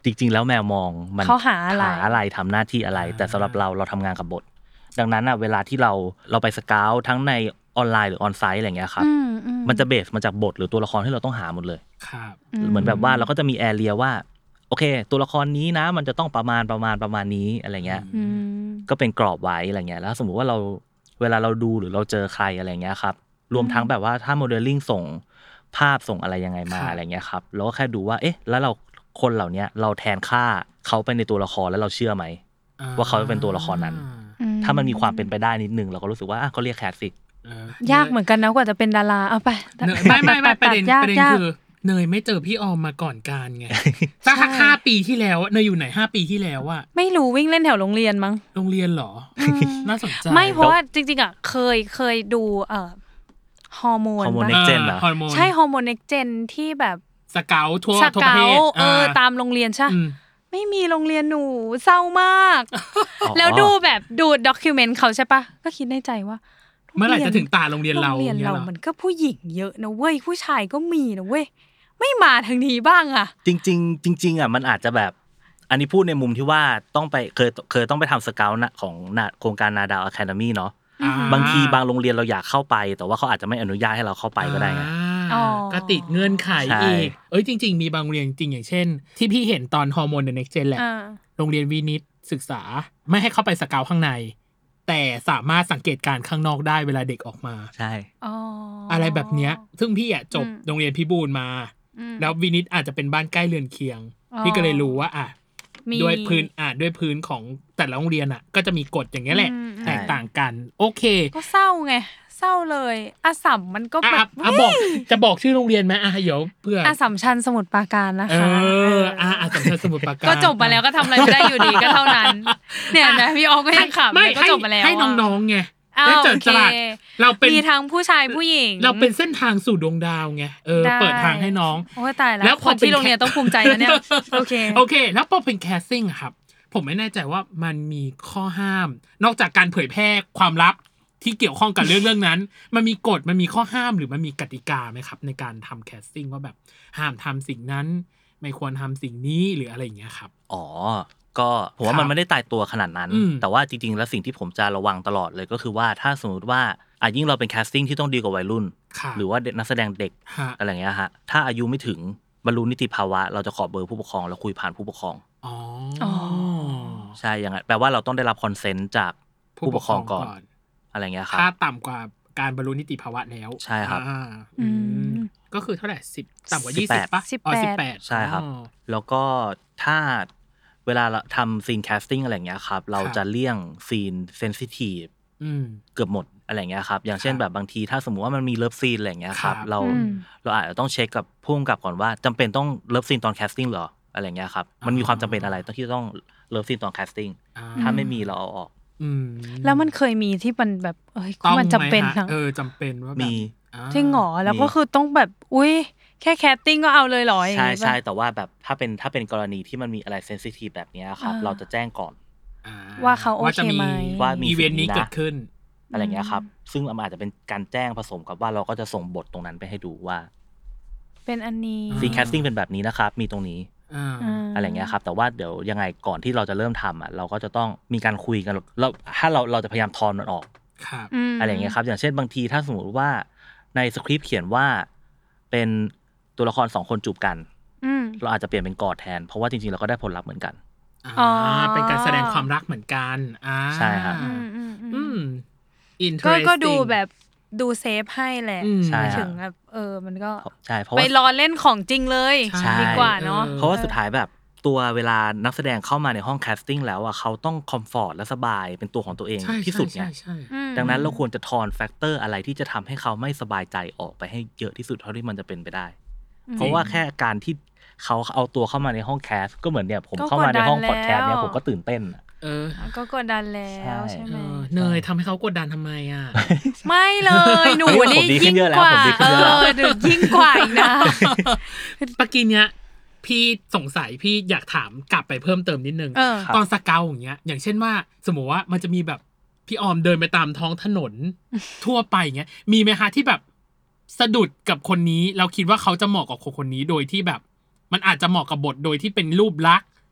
จริงๆแล้วแมวมองมันเขาหาอะไรหาอะไรทำหน้าที่อะไรแต่สำหรับเราเราทำงานกับบทดังนั้นอ่ะเวลาที่เราเราไปสเกาต์ทั้งในออนไลน์หรือออนไซต์อะไรเงี้ยครับมันจะเบสมาจากบทหรือตัวละครที่เราต้องหาหมดเลยครับเหมือนแบบว่าเราก็จะมีแอเรียว่าโอเคตัวละครนี้นะมันจะต้องประมาณประมาณประมาณนี้อะไรเงี้ยก็เป็นกรอบไว้อะไรเงี้ยแล้วสมมุติว่าเราเวลาเราดูหรือเราเจอใครอะไรเงี้ยครับรวมทั้งแบบว่าถ้าโมเดลลิ่งส่งภาพส่งอะไรยังไงมาอะไรเงี้ยครับเราก็แค่ดูว่าเอ๊ะแล้วเราคนเหล่านี้เราแทนค่าเขาไปในตัวละครแล้วเราเชื่อไหมว่าเขาเป็นตัวละครนั้นถ้ามันมีความเป็นไปได้นิดนึงเราก็รู้สึกว่าก็เรียกแคสสิยากเหมือนกันนะกว่าจะเป็นดาราเอาไปไม่ไม่ไม่ประเด็นประเด็นคือเนยไม่เจอพี่ออมมาก่อนการไงสักห้าปีที่แล้วเนยอยู่ไหนห้าปีที่แล้วอะไม่รู้วิ่งเล่นแถวโรงเรียนมั้งโรงเรียนหรอน่าสนใจไม่เพราะว่าจริงๆอะเคยเคยดูเอ่อฮอร์โมนฮอร์โมนเน็กเจนเหรอใช่ฮอร์โมนเน็กเจนที่แบบสเกาทั่วทั่วประเทศเออตามโรงเรียนใช่ไม่มีโรงเรียนหนูเศร้ามากแล้วดูแบบดูด็อกิวเมนต์เขาใช่ปะก็คิดในใจว่าเมื่อไหร่จะถึงตาโรงเรียนเราโรงเรียนเรามันก็ผู้หญิงเยอะนะเว้ยผู้ชายก็มีนะเว้ยไม่มาทางนี้บ้างอ่ะจริงๆจริงๆอ่ะมันอาจจะแบบอันนี้พูดในมุมที่ว่าต้องไปเคยเคยต้องไปทำสเกาต์นะของโครงการนาดาวอะคาเดมี่เนาะบางทีบางโรงเรียนเราอยากเข้าไปแต่ว่าเขาอาจจะไม่อนุญาตให้เราเข้าไปก็ได้ไงก็ติดเงื่อนไขอีกเอ้ยจริงๆมีบางโรงเรียนจริงอย่างเช่นที่พี่เห็นตอนฮอร์โมนเดอะเน็กซ์เจนแหละโรงเรียนวินิตศึกษาไม่ให้เข้าไปสเกาต์ข้างในแต่สามารถสังเกตการข้างนอกได้เวลาเด็กออกมาใช่อะไรแบบเนี้ยซึ่งพี่อ่ะจบโรงเรียนพิบูลมาแล้ววินิตอาจจะเป็นบ้านใกล้เรือนเคียงพี่ก็เลยรู้ว่าอ่ะด้วยพื้นอ่ะด้วยพื้นของแต่ละโรงเรียนอ่ะก็จะมีกฎอย่างเงี้ยแหละแตกต่างกันโอเคก็เศร้าไงเศร้าเลยอาสัมมันก็แบบอ่ะบอกจะบอกชื่อโรงเรียนไหมอ่ะเดี๋ยวเพื่ออาสัมชัญสมุทรปราการนะคะเอออ่ะอาสัมชัญสมุทรปราการก็จบมาแล้วก็ทำอะไรไม่ได้อยู่ดีก็เท่านั้นเนี่ยนะพี่ออก็ยังขำก็จบมาแล้วให้น้องๆไงได้เจอตลาดเราเป็นมีทั้งผู้ชายผู้หญิงเราเป็นเส้นทางสู่ดวงดาวไงเออเปิดทางให้น้องโอ้ยตายแล้วคนที่โรงเรียนต้องภูมิใจนะเนี่ยโอเคโอเคแล้วพอเป็นแคสติ้งครับผมไม่แน่ใจว่ามันมีข้อห้ามนอกจากการเผยแพร่ความลับที่เกี่ยวข้องกับเรื่องเรื่องนั้นมันมีกฎมันมีข้อห้ามหรือมันมีกติกาไหมครับในการทำแคสติ้งว่าแบบห้ามทำสิ่งนั้นไม่ควรทำสิ่งนี้หรืออะไรอย่างเงี้ยครับอ๋อก็ผมว่ามันไม่ได้ตายตัวขนาดนั้นแต่ว่าจริงๆแล้วสิ่งที่ผมจะระวังตลอดเลยก็คือว่าถ้าสมมติว่าอ่ะยิ่งเราเป็นแคสติ้งที่ต้องดีลกับวัยรุ่นหรือว่านักแสดงเด็กอะไรเงี้ยฮะถ้าอายุไม่ถึงบรรลุนิติภาวะเราจะขอเบอร์ผู้ปกครองแล้วคุยผ่านผู้ปกครองอ๋อใช่อย่างนั้นแปลว่าเราต้องได้รับคอนเซนต์จากผู้ปกครองก่อนอะไรเงี้ยครับถ้าต่ำกว่าการบรรลุนิติภาวะแล้วใช่ครับก็คือเท่าไหร่สิบต่ำกว่ายี่สิบป่ะอ๋อสิบแปดใช่ครับแล้วก็ถ้าเวลาเราทำซีนแคสติ้งอะไรเงี้ยครับเราจะเลี่ยงซีนเซนซิทีฟเกือบหมดอะไรเงี้ยครับอย่างเช่นแบบบางทีถ้าสมมุติว่ามันมีเลิฟซีนอะไรเงี้ยครับเราเราอาจจะต้องเช็คกับผู้กำกับก่อนว่าจำเป็นต้องเลิฟซีนตอนแคสติ้งเหรออะไรเงี้ยครับมันมีความจำเป็นอะไรต้องที่ต้องเลิฟซีนตอนแคสติ้งถ้าไม่มีเราเอาออกแล้วมันเคยมีที่มันแบบเอ้ยมันจำเป็นทั้งเออจำเป็นว่าแบบมีจริงเหรอแล้วก็คือต้องแบบอุ้ยแค่แคสติ้งก็เอาเลยเหรอใช่ใช่แต่ว่าแบบถ้าเป็นถ้าเป็นกรณีที่มันมีอะไรเซนซิทีฟแบบนี้ครับเราจะแจ้งก่อนว่าเขาโอเคไหมว่ามีอีเวนต์นี้เกิดขึ้นอะไรเงี้ยครับซึ่งมันอาจจะเป็นการแจ้งผสมกับว่าเราก็จะส่งบทตรงนั้นไปให้ดูว่าเป็นอันนี้ซีแคสติ้งเป็นแบบนี้นะครับมีตรงนี้อะไรเงี้ยครับแต่ว่าเดี๋ยวยังไงก่อนที่เราจะเริ่มทำอ่ะเราก็จะต้องมีการคุยกันแล้วถ้าเราเราจะพยายามทอนมันออกอะไรเงี้ยครับอย่างเช่นบางทีถ้าสมมติว่าในสคริปต์เขียนว่าเป็นตัวละครสองคนจูบกันเราอาจจะเปลี่ยนเป็นกอดแทนเพราะว่าจริงๆเราก็ได้ผลลัพธ์เหมือนกันอ๋อเป็นการแสดงความรักเหมือนกันอ่าใช่ครับอืมก็ก็ดูแบบดูเซฟให้แหละถึงแบบเออมันก็ใช่เพราะไปรอเล่นของจริงเลยดีกว่าเนาะเพราะว่าสุดท้ายแบบตัวเวลานักแสดงเข้ามาในห้องแคสติ้งแล้วอ่ะเขาต้องคอมฟอร์ตและสบายเป็นตัวของตัวเองที่สุดไงดังนั้นเราควรจะทอนแฟกเตอร์อะไรที่จะทำให้เขาไม่สบายใจออกไปให้เยอะที่สุดเท่าที่มันจะเป็นไปได้เพราะว่าแค่การที่เขาเอาตัวเข้ามาในห้องแคสก็เหมือนเนี่ยผมเข้ามาในห้องพอดแคสต์เนี่ยผมก็ตื่นเต้นเออก็กดดันแล้วใช่ไหมเนยทำให้เขากดดันทำไมอ่ะไม่เลยหนูนี่ยิ่งกว่าเออหนูยิ่งกว่าอีกนะปะกี้เนี้ยพี่สงสัยพี่อยากถามกลับไปเพิ่มเติมนิดนึงตอนสเกาอย่างเงี้ยอย่างเช่นว่าสมมติว่ามันจะมีแบบพี่ออมเดินไปตามท้องถนนทั่วไปเงี้ยมีไหมคะที่แบบสะดุดกับคนนี้เราคิดว่าเขาจะเหมาะกับคนคนนี้โดยที่แบบมันอาจจะเหมาะกับบทโดยที่เป็นรูปลักษณ์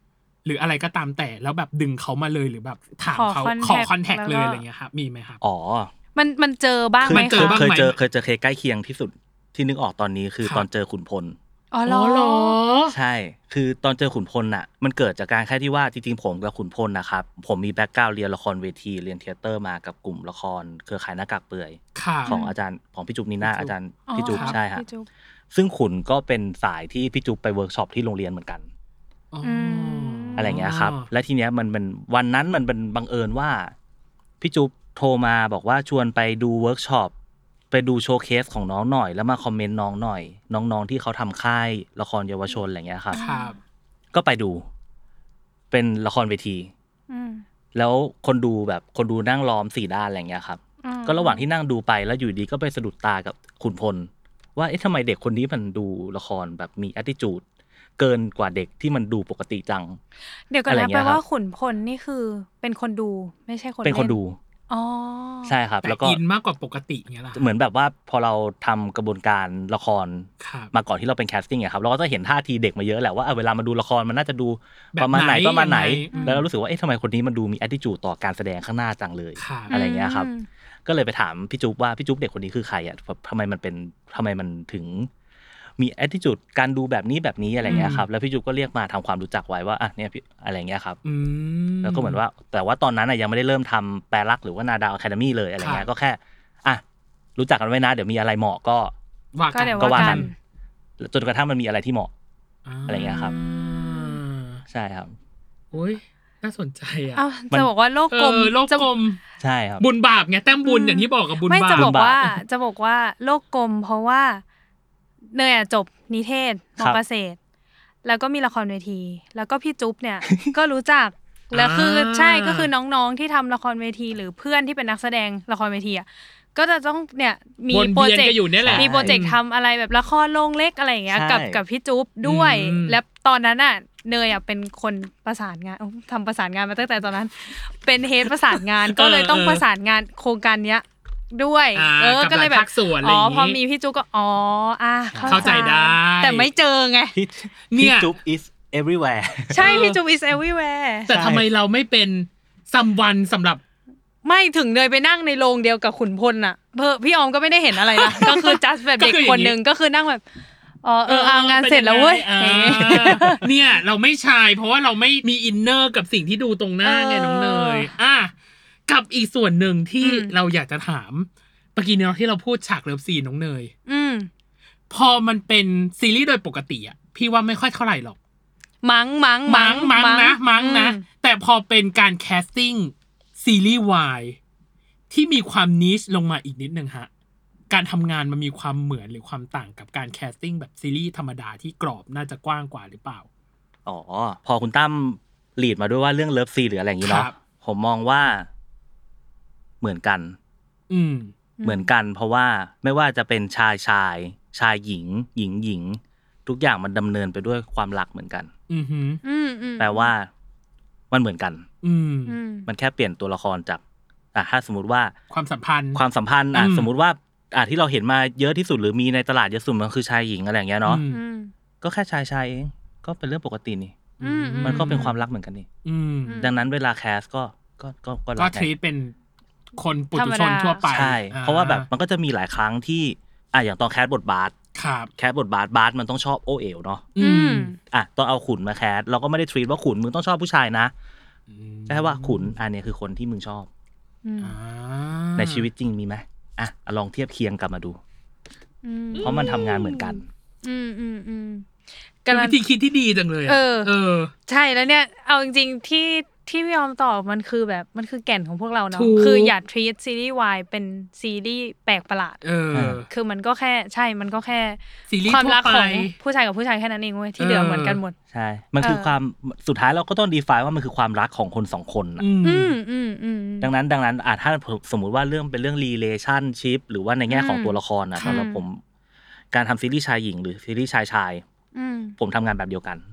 หรืออะไรก็ตามแต่แล้วแบบดึงเขามาเลยหรือแบบถามเขาขอคอนแทคเลยอะไรเงี้ยครับมีไหมครับอ๋อมันมันเจอบ้างไหมคะเคยเจอเคยเจอเคสใกล้เคียงที่สุดที่นึกออกตอนนี้คือตอนเจอขุนพลอ๋อเหรอใช่คือตอนเจอขุนพลน่ะมันเกิดจากการแค่ที่ว่าจริงๆผมกับขุนพลนะครับผมมีแบ็คกราวด์เรียนละครเวทีเรียนเธียเตอร์มากับกลุ่มละครเครือข่ายหน้ากากเปื่อยของอาจารย์ของพี่จุ๊บนีน่าอาจารย์พี่จุ๊บใช่ฮะซึ่งขุนก็เป็นสายที่พี่จุ๊บไปเวิร์กช็อปที่โรงเรียนเหมือนกันอะไรเงี้ยครับและทีเนี้ยมันเป็นวันนั้นมันเป็นบังเอิญว่าพี่จุ๊บโทรมาบอกว่าชวนไปดูเวิร์กช็อปไปดูโชว์เคสของน้องหน่อยแล้วมาคอมเมนต์น้องหน่อยน้องๆที่เขาทำค่ายละครเยาวชนอะไรเงี้ยครับก็ไปดูเป็นละครเวทีแล้วคนดูแบบคนดูนั่งล้อมสี่ด้านอะไรเงี้ยครับก็ระหว่างที่นั่งดูไปแล้วอยู่ดีก็ไปสะดุดตากับขุนพลว่าเอ๊ะทำไมเด็กคนนี้มันดูละครแบบมี attitude เกินกว่าเด็กที่มันดูปกติจังเดี๋ยวก่อนนะแปลว่าขุนพลนี่คือเป็นคนดูไม่ใช่คนเล่นเป็นคนดูอ๋อใช่ครับแล้วก็อินมากกว่าปกติเงี้ยล่ะเหมือนแบบว่าพอเราทำกระบวนการละครมาก่อนที่เราเป็นแคสติ้งอะครับเราก็จะเห็นท่าทีเด็กมาเยอะแหละว่าเวลามาดูละครมันน่าจะดูประมาณไหนประมาณไหนแล้วเรารู้สึกว่าเอ๊ะทำไมคนนี้มันดูมี attitude ต่อการแสดงข้างหน้าจังเลยอะไรเงี้ยครับก็เลยไปถามพี่จุ๊บว่าพี่จุ๊บเด็กคนนี้คือใครอ่ะทำไมมันเป็นทำไมมันถึงมี attitude การดูแบบนี้แบบนี้อะไรเงี้ยครับแล้วพี่จุ๊บก็เรียกมาทำความรู้จักไว้ว่าอ่ะเนี่ยอะไรเงี้ยครับแล้วก็เหมือนว่าแต่ว่าตอนนั้นอ่ะยังไม่ได้เริ่มทำแปลรักหรือว่านาดาวอะคาเดมี่เลยอะไรเงี้ยก็แค่อ่ะรู้จักกันไว้นะเดี๋ยวมีอะไรเหมาะก็ก็ว่ากันจนกระทั่งมันมีอะไรที่เหมาะอะไรเงี้ยครับใช่ครับโอ้ยน่าสนใจอ่ะจะบอกว่าโลกกลมโลกกลมใช่ครับบุญบาปไงแต้มบุญอย่างที่บอกกับบุญบาปไม่จะบอกว่าจะบอกว่าโลกกลมเพราะว่าเนยอ่ะจบนิเทศม.เกษตรแล้วก็มีละครเวทีแล้วก็พี่จุ๊บเนี่ยก็รู้จักแล้วคือใช่ก็คือน้องๆที่ทำละครเวทีหรือเพื่อนที่เป็นนักแสดงละครเวทีอ่ะก็จะต้องเนี่ยมีโปรเจกต์มีโปรเจกต์ทำอะไรแบบละครโรงเล็กอะไรอย่างเงี้ยกับกับพี่จุ๊บด้วยแล้วตอนนั้นอ่ะเนยอ่ะเป็นคนประสานงานทำประสานงานมาตั้งแต่ตอนนั้นเป็นเฮดประสานงานก็เลยต้องประสานงานโครงการเนี้ยด้วยเออก็เลยแบบอ๋อพอมีพี่จุ๊บก็อ๋ออ่ะเข้าใจได้แต่ไม่เจอไงพี่จุ๊บ is everywhere ใช่พี่จุ๊บ is everywhere แต่ทำไมเราไม่เป็นซัมวันสำหรับไม่ถึงเลยไปนั่งในโรงเดียวกับขุนพลน่ะเพิ่มพี่ออมก็ไม่ได้เห็นอะไรนะก็คือจัสแบบเด็กคนนึงก็คือนั่งแบบอ๋อเอองานเสร็จแล้วเว้ยเนี่ยเราไม่ชายเพราะว่าเราไม่มีอินเนอร์กับสิ่งที่ดูตรงหน้าไงน้องเนยอ่ะกับอีกส่วนหนึ่งที่เราอยากจะถามเมื่อกี้เนาะที่เราพูดฉากเลิฟซีนน้องเนยพอมันเป็นซีรีส์โดยปกติอ่ะพี่ว่าไม่ค่อยเท่าไหร่หรอกมั้งมั้งมั้งมั้งนะมั้งนะแต่พอเป็นการแคสติ้งซีรีส์วายที่มีความนิชลงมาอีกนิดนึงฮะการทำงานมันมีความเหมือนหรือความต่างกับการแคสติ้งแบบซีรีส์ธรรมดาที่กรอบน่าจะกว้างกว่าหรือเปล่าอ๋อพอคุณตั้มลีดมาด้วยว่าเรื่องเลิฟซีหรืออะไรอย่างนี้เนาะผมมองว่าเหมือนกันอืมเหมือนกันเพราะว่าไม่ว่าจะเป็นชายชายชายหญิงหญิงหญิงทุกอย่างมันดำเนินไปด้วยความรักเหมือนกันอือหือแปลว่ามันเหมือนกันอืมมันแค่เปลี่ยนตัวละครจากอ่ะถ้าสมมติว่าความสัมพันธ์ความสัมพันธ์อ่ะสมมติว่าอ่ะที่เราเห็นมาเยอะที่สุดหรือมีในตลาดเยอะสุดมันคือชายหญิงอะไรอย่างเงี้ยเนาะก็แค่ชายชายเองก็เป็นเรื่องปกตินี่มันก็เป็นความรักเหมือนกันนี่ดังนั้นเวลาแคสก็ก็ก็ก็ก็ทรีตเป็นคนปุถุชนทั่วไปใช่เพราะว่าแบบมันก็จะมีหลายครั้งที่อ่ะอย่างตอนแคสบทบาทแคสบทบาทบาสมันต้องชอบโอเอ๋วเนาะอ่ะต้องเอาขุนมาแคสเราก็ไม่ได้ทรีตว่าขุนมึงต้องชอบผู้ชายนะแค่ว่าขุนอันนี้คือคนที่มึงชอบในชีวิตจริงมีไหมอ่ะลองเทียบเคียงกลับมาดูเพราะมันทำงานเหมือนกันอืมอืมอืมเป็นวิธีคิดที่ดีจังเลยเออเออใช่แล้วเนี่ยเอาจริงๆที่ที่พี่ออมตอบมันคือแบบมันคือแก่นของพวกเราเนาะคืออย่าทรีตซีรีส์วายเป็นซีรีส์แปลกประหลาดเออคือมันก็แค่ใช่มันก็แค่ซีรีส์ความรักของผู้ชายกับผู้ชายแค่นั้นเองเว้ยที่เหลือเหมือนกันหมดใช่มันคือความสุดท้ายเราก็ต้อง define ว่ามันคือความรักของคนสองคนนะดังนั้นดังนั้นอ่ะถ้าสมมุติว่าเรื่องเป็นเรื่อง relationship หรือว่าในแง่ของตัวละครนะสำหรับผมการทำซีรีส์ชายหญิงหรือซีรีส์ชายชายผมทำงานแบบเดียวกัน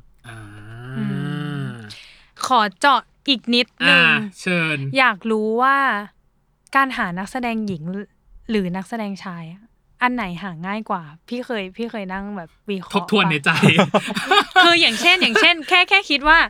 ขอเจาะอีกนิดนึงเชิญอยากรู้ว่าการหานักแสดงหญิงหรือนักแสดงชายอันไหนหาง่ายกว่าพี่เคยพี่เคยนั่งแบบวิเคราะห์ทบทวนในใจคืออย่างเช่นอย่างเช่นแค่แค่คิดว่า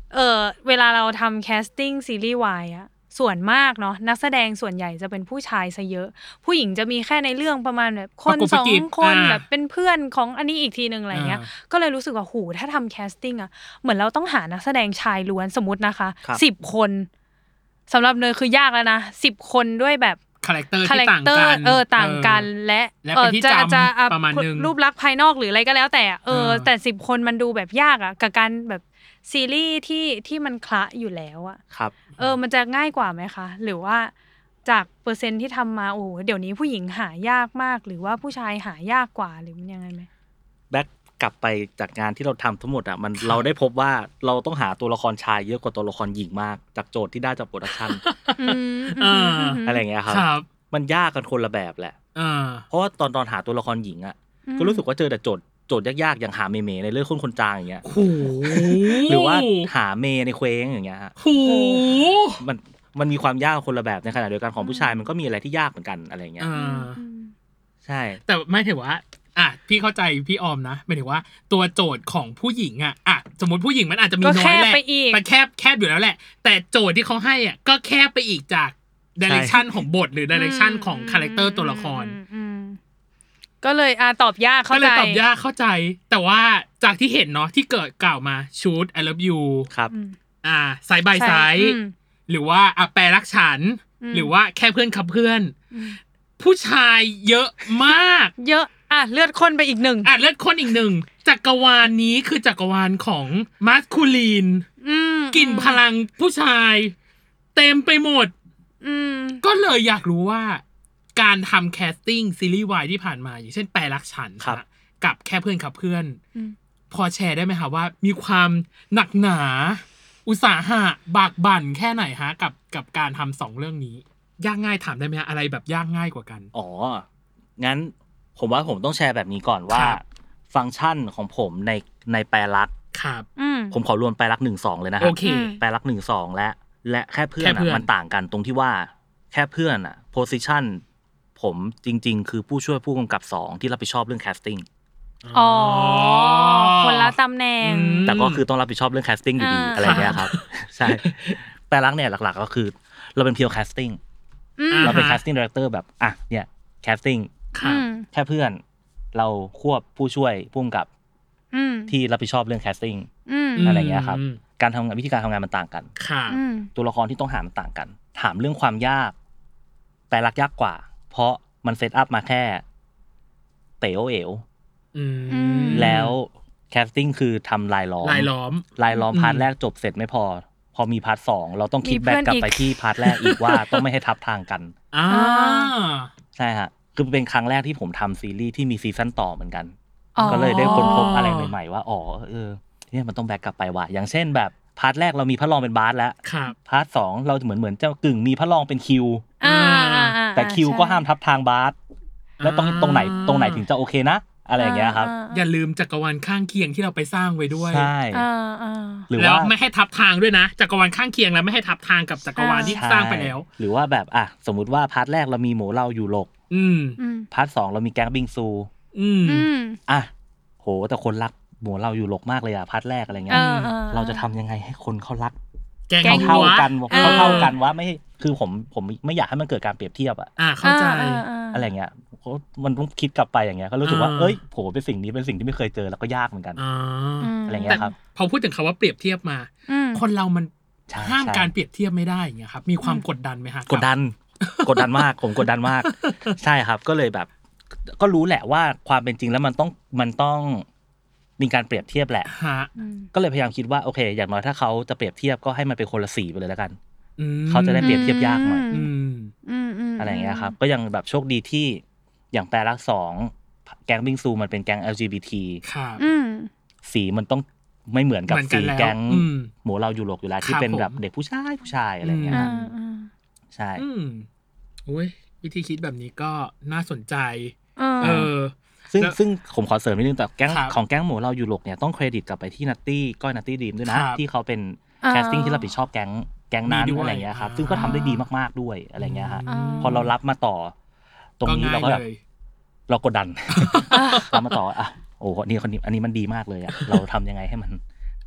เออเวลาเราทำแคสติ้งซีรีส์วายอะส่วนมากเนาะนักแสดงส่วนใหญ่จะเป็นผู้ชายซะเยอะผู้หญิงจะมีแค่ในเรื่องประมาณแบบคนสองคนแบบเป็นเพื่อนของอันนี้อีกทีนึงอะไรเงี้ยก็เลยรู้สึกว่าหูถ้าทำแคสติ้งอะเหมือนเราต้องหานักแสดงชายล้วนสมมตินะคะสิบคนสำหรับเนยคือยากแล้วนะสิบคนด้วยแบบคาแรคเตอร์ที่ต่างกันเออต่างกันและเออจะจะประมาณนึงรูปลักษณ์ภายนอกหรืออะไรก็แล้วแต่เออแต่สิบคนมันดูแบบยากอ่ะกับการแบบซีรีส์ที่ที่มันคละอยู่แล้วอ่ะครับเออมันจะง่ายกว่าไหมคะหรือว่าจากเปอร์เซ็นต์ที่ทำมาโอ้เดี๋ยวนี้ผู้หญิงหายากมากหรือว่าผู้ชายหายากกว่าหรือมันยังไงไหมแบ็คกลับไปจากงานที่เราทำทั้งหมดอ่ะมันเราได้พบว่าเราต้องหาตัวละครชายเยอะกว่าตัวละครหญิงมากจากโจทย์ที่ได้จากโปรดักชั่นอะไรอย่างเงี้ยครับมันยากกันคนละแบบแหละเพราะว่าตอนตอนหาตัวละครหญิงอ่ะก็รู้สึกว่าเจอแต่โจทย์โจทย์ยากๆอย่างหาเมเมในเรื่องคนคนจางอย่างเงี้ยหรือว่าหาเมในเคว้งอย่างเงี้ยฮะมันมันมีความยากคนละแบบในขณะเดียวกันของผู้ชายมันก็มีอะไรที่ยากเหมือนกันอะไรเงี้ยใช่แต่ไม่ถือว่าอ่ะพี่เข้าใจพี่ออมนะหมายถึงว่าตัวโจทย์ของผู้หญิงอ่ะอ่ะสมมติผู้หญิงมันอาจจะมีน้อยแหละมันแคบแคบอยู่แล้วแหละแต่โจทย์ที่เขาให้อ่ะก็แคบไปอีกจากดิเรกชันของบทหรือดิเรกชันของคาแรคเตอร์ตัวละครก็เลยอ่ะตอบยากเข้าใจก็เลยตอบยากเข้าใจแต่ว่าจากที่เห็นเนาะที่เกิดกล่าวมาชูด I love you ครับอ่าไซด์บายไซด์หรือว่าอ่ะแปลรักฉันหรือว่าแค่เพื่อนกับเพื่อนผู้ชายเยอะมากเยอะอ่ะเลือดข้นไปอีกหนึ่งอ่ะเลือดข้นอีกหนึ่งจักรวาลนี้คือจักรวาลของมัสคูลีนกลิ่นพลังผู้ชายเต็มไปหมดก็เลยอยากรู้ว่าการทำแคสติ้งซีรีส์วายที่ผ่านมาอย่างเช่นแปลรักฉันกับแค่เพื่อนกับเพื่อนพอแชร์ได้ไหมคะว่ามีความหนักหนาอุตสาหะบากบั่นแค่ไหนฮะกับกับการทำสองเรื่องนี้ยากง่ายถามได้ไหมฮะอะไรแบบยากง่ายกว่ากันอ๋องั้นผมว่าผมต้องแชร์แบบนี้ก่อนว่าฟังก์ชันของผมในในแปลรักครับผมขอรวมแปลรักหนึ่งสองเลยนะครับแปลรักหนึ่งสองและและแค่เพื่อนมันต่างกันตรงที่ว่าแค่เพื่อนอ่ะโพสิชันผมจริงๆคือผู้ช่วยผู้กำกับสองที่รับผิดชอบเรื่องแคสติ้งอ๋อคนละตำแหน่งแต่ก็คือต้องรับผิดชอบเรื่องแคสติ้งอยู่ดีอะไรเงี้ยครับใช่แปลรักเนี่ยหลักๆก็คือเราเป็นเพียวแคสติ้งเราเป็นแคสติ้งดีเรคเตอร์แบบอ่ะเนี่ยแคสติ้งแค่เพื่อนเราควบผู้ช่วยผู้กำกับที่รับผิดชอบเรื่องแคสติ้งอะไรเงี้ยครับการทำงานวิธีการทำงานมันต่างกันตัวละครที่ต้องหามันต่างกันถามเรื่องความยากแปลรักยากกว่าเพราะมันเซตอัพมาแค่เต๋อเอ๋วแล้วแคสติ้งคือทำลายล้อมลายล้อมลายล้อมพาร์ทแรกจบเสร็จไม่พอพอมีพาร์ทสองเราต้องคิดแบ็กกลับไปที่พาร์ทแรกอีกว่าต้องไม่ให้ทับทางกันอ่าใช่ฮะคือเป็นครั้งแรกที่ผมทำซีรีส์ที่มีซีซั่นต่อเหมือนกันก็เลยได้ค้นพบอะไรใหม่ๆว่าอ๋อเออเนี่ยมันต้องแบ็กกลับไปว่ะอย่างเช่นแบบพาร์ทแรกเรามีพระรองเป็นบาสแล้วพาร์ทสองเราเหมือนเหมือนเจ้ากึ่งมีพระรองเป็นคิวแต่คิวก็ห้ามทับทางบาสแล้วต้องตรงไหนตรงไหนถึงจะโอเคนะอะไรอย่างเงี้ยครับอย่าลืมจักรวาลข้างเคียงที่เราไปสร้างไว้ด้วยใช่หรือว่าไม่ให้ทับทางด้วยนะจักรวาลข้างเคียงแล้วไม่ให้ทับทางกับจักรวาลที่สร้างไปแล้วหรือว่าแบบอ่ะสมมุติว่าพาร์ทแรกเรามีหมูเราอยู่หลกพาร์ทสองเรามีแก๊งบิงซูอ่ะโหแต่คนรักหมูเราอยู่หลกมากเลยอ่ะพาร์ทแรกอะไรเงี้ยเราจะทำยังไงให้คนเขารักแก๊งเท่ากันเขาเท่ากันว่าไม่คือผมผมไม่อยากให้มันเกิดการเปรียบเทียบอ่ะอ่าเข้าใจอะไรเงี้ยมันต้องคิดกลับไปอย่างเงี้ยก็รู้สึกว่าเอ้ยโหเป็นสิ่งนี้เป็นสิ่งที่ไม่เคยเจอแล้วก็ยากเหมือนกันอะไรเงี้ยครับพอพูดถึงคำว่าเปรียบเทียบมาคนเรามันห้ามการเปรียบเทียบไม่ได้อย่างเงี้ยครับมีความกดดันไหมฮะกดดันกดดันมากผมกดดันมากใช่ครับก็เลยแบบก็รู้แหละว่าความเป็นจริงแล้วมันต้องมันต้องมีการเปรียบเทียบแหละก็เลยพยายามคิดว่าโอเคอย่างน้อยถ้าเขาจะเปรียบเทียบก็ให้มันเป็นคนละสีไปเลยแล้วกันเขาจะได้เปรียบเทียบยากหน่อยอะไรอย่างเงี้ยครับก็ยังแบบโชคดีที่อย่างแปลรักสองแก๊งบิงซูมันเป็นแก๊ง แอล จี บี ที สีมันต้องไม่เหมือนกับสีแก๊งหมูเราอยู่หลกอยู่แล้วที่เป็นแบบเด็กผู้ชายผู้ชายอะไรอย่างเงี้ยใช่โอ้ยวิธีคิดแบบนี้ก็น่าสนใจเออซึ่งซึ่งผมขอเสริมนิดนึงแต่แก๊งของแก๊งหมูเราอยู่หลกเนี่ยต้องเครดิตกลับไปที่นัตตี้ก้อยนัตตี้ดีมด้วยนะที่เขาเป็นแคสติ้งที่รับผิดชอบแก๊งแก๊งนั้นอะไรเงี้ยครับซึ่งก็ทำได้ดีมากๆด้วยอะไรเงี้ยฮะพอเรารับมาต่อตรงนี้เราก็แบบเรากดดันรับมาต่ออ่ะโอ้โหนี่คนนี้อันนี้มันดีมากเลยอ่ะเราทำยังไงให้มัน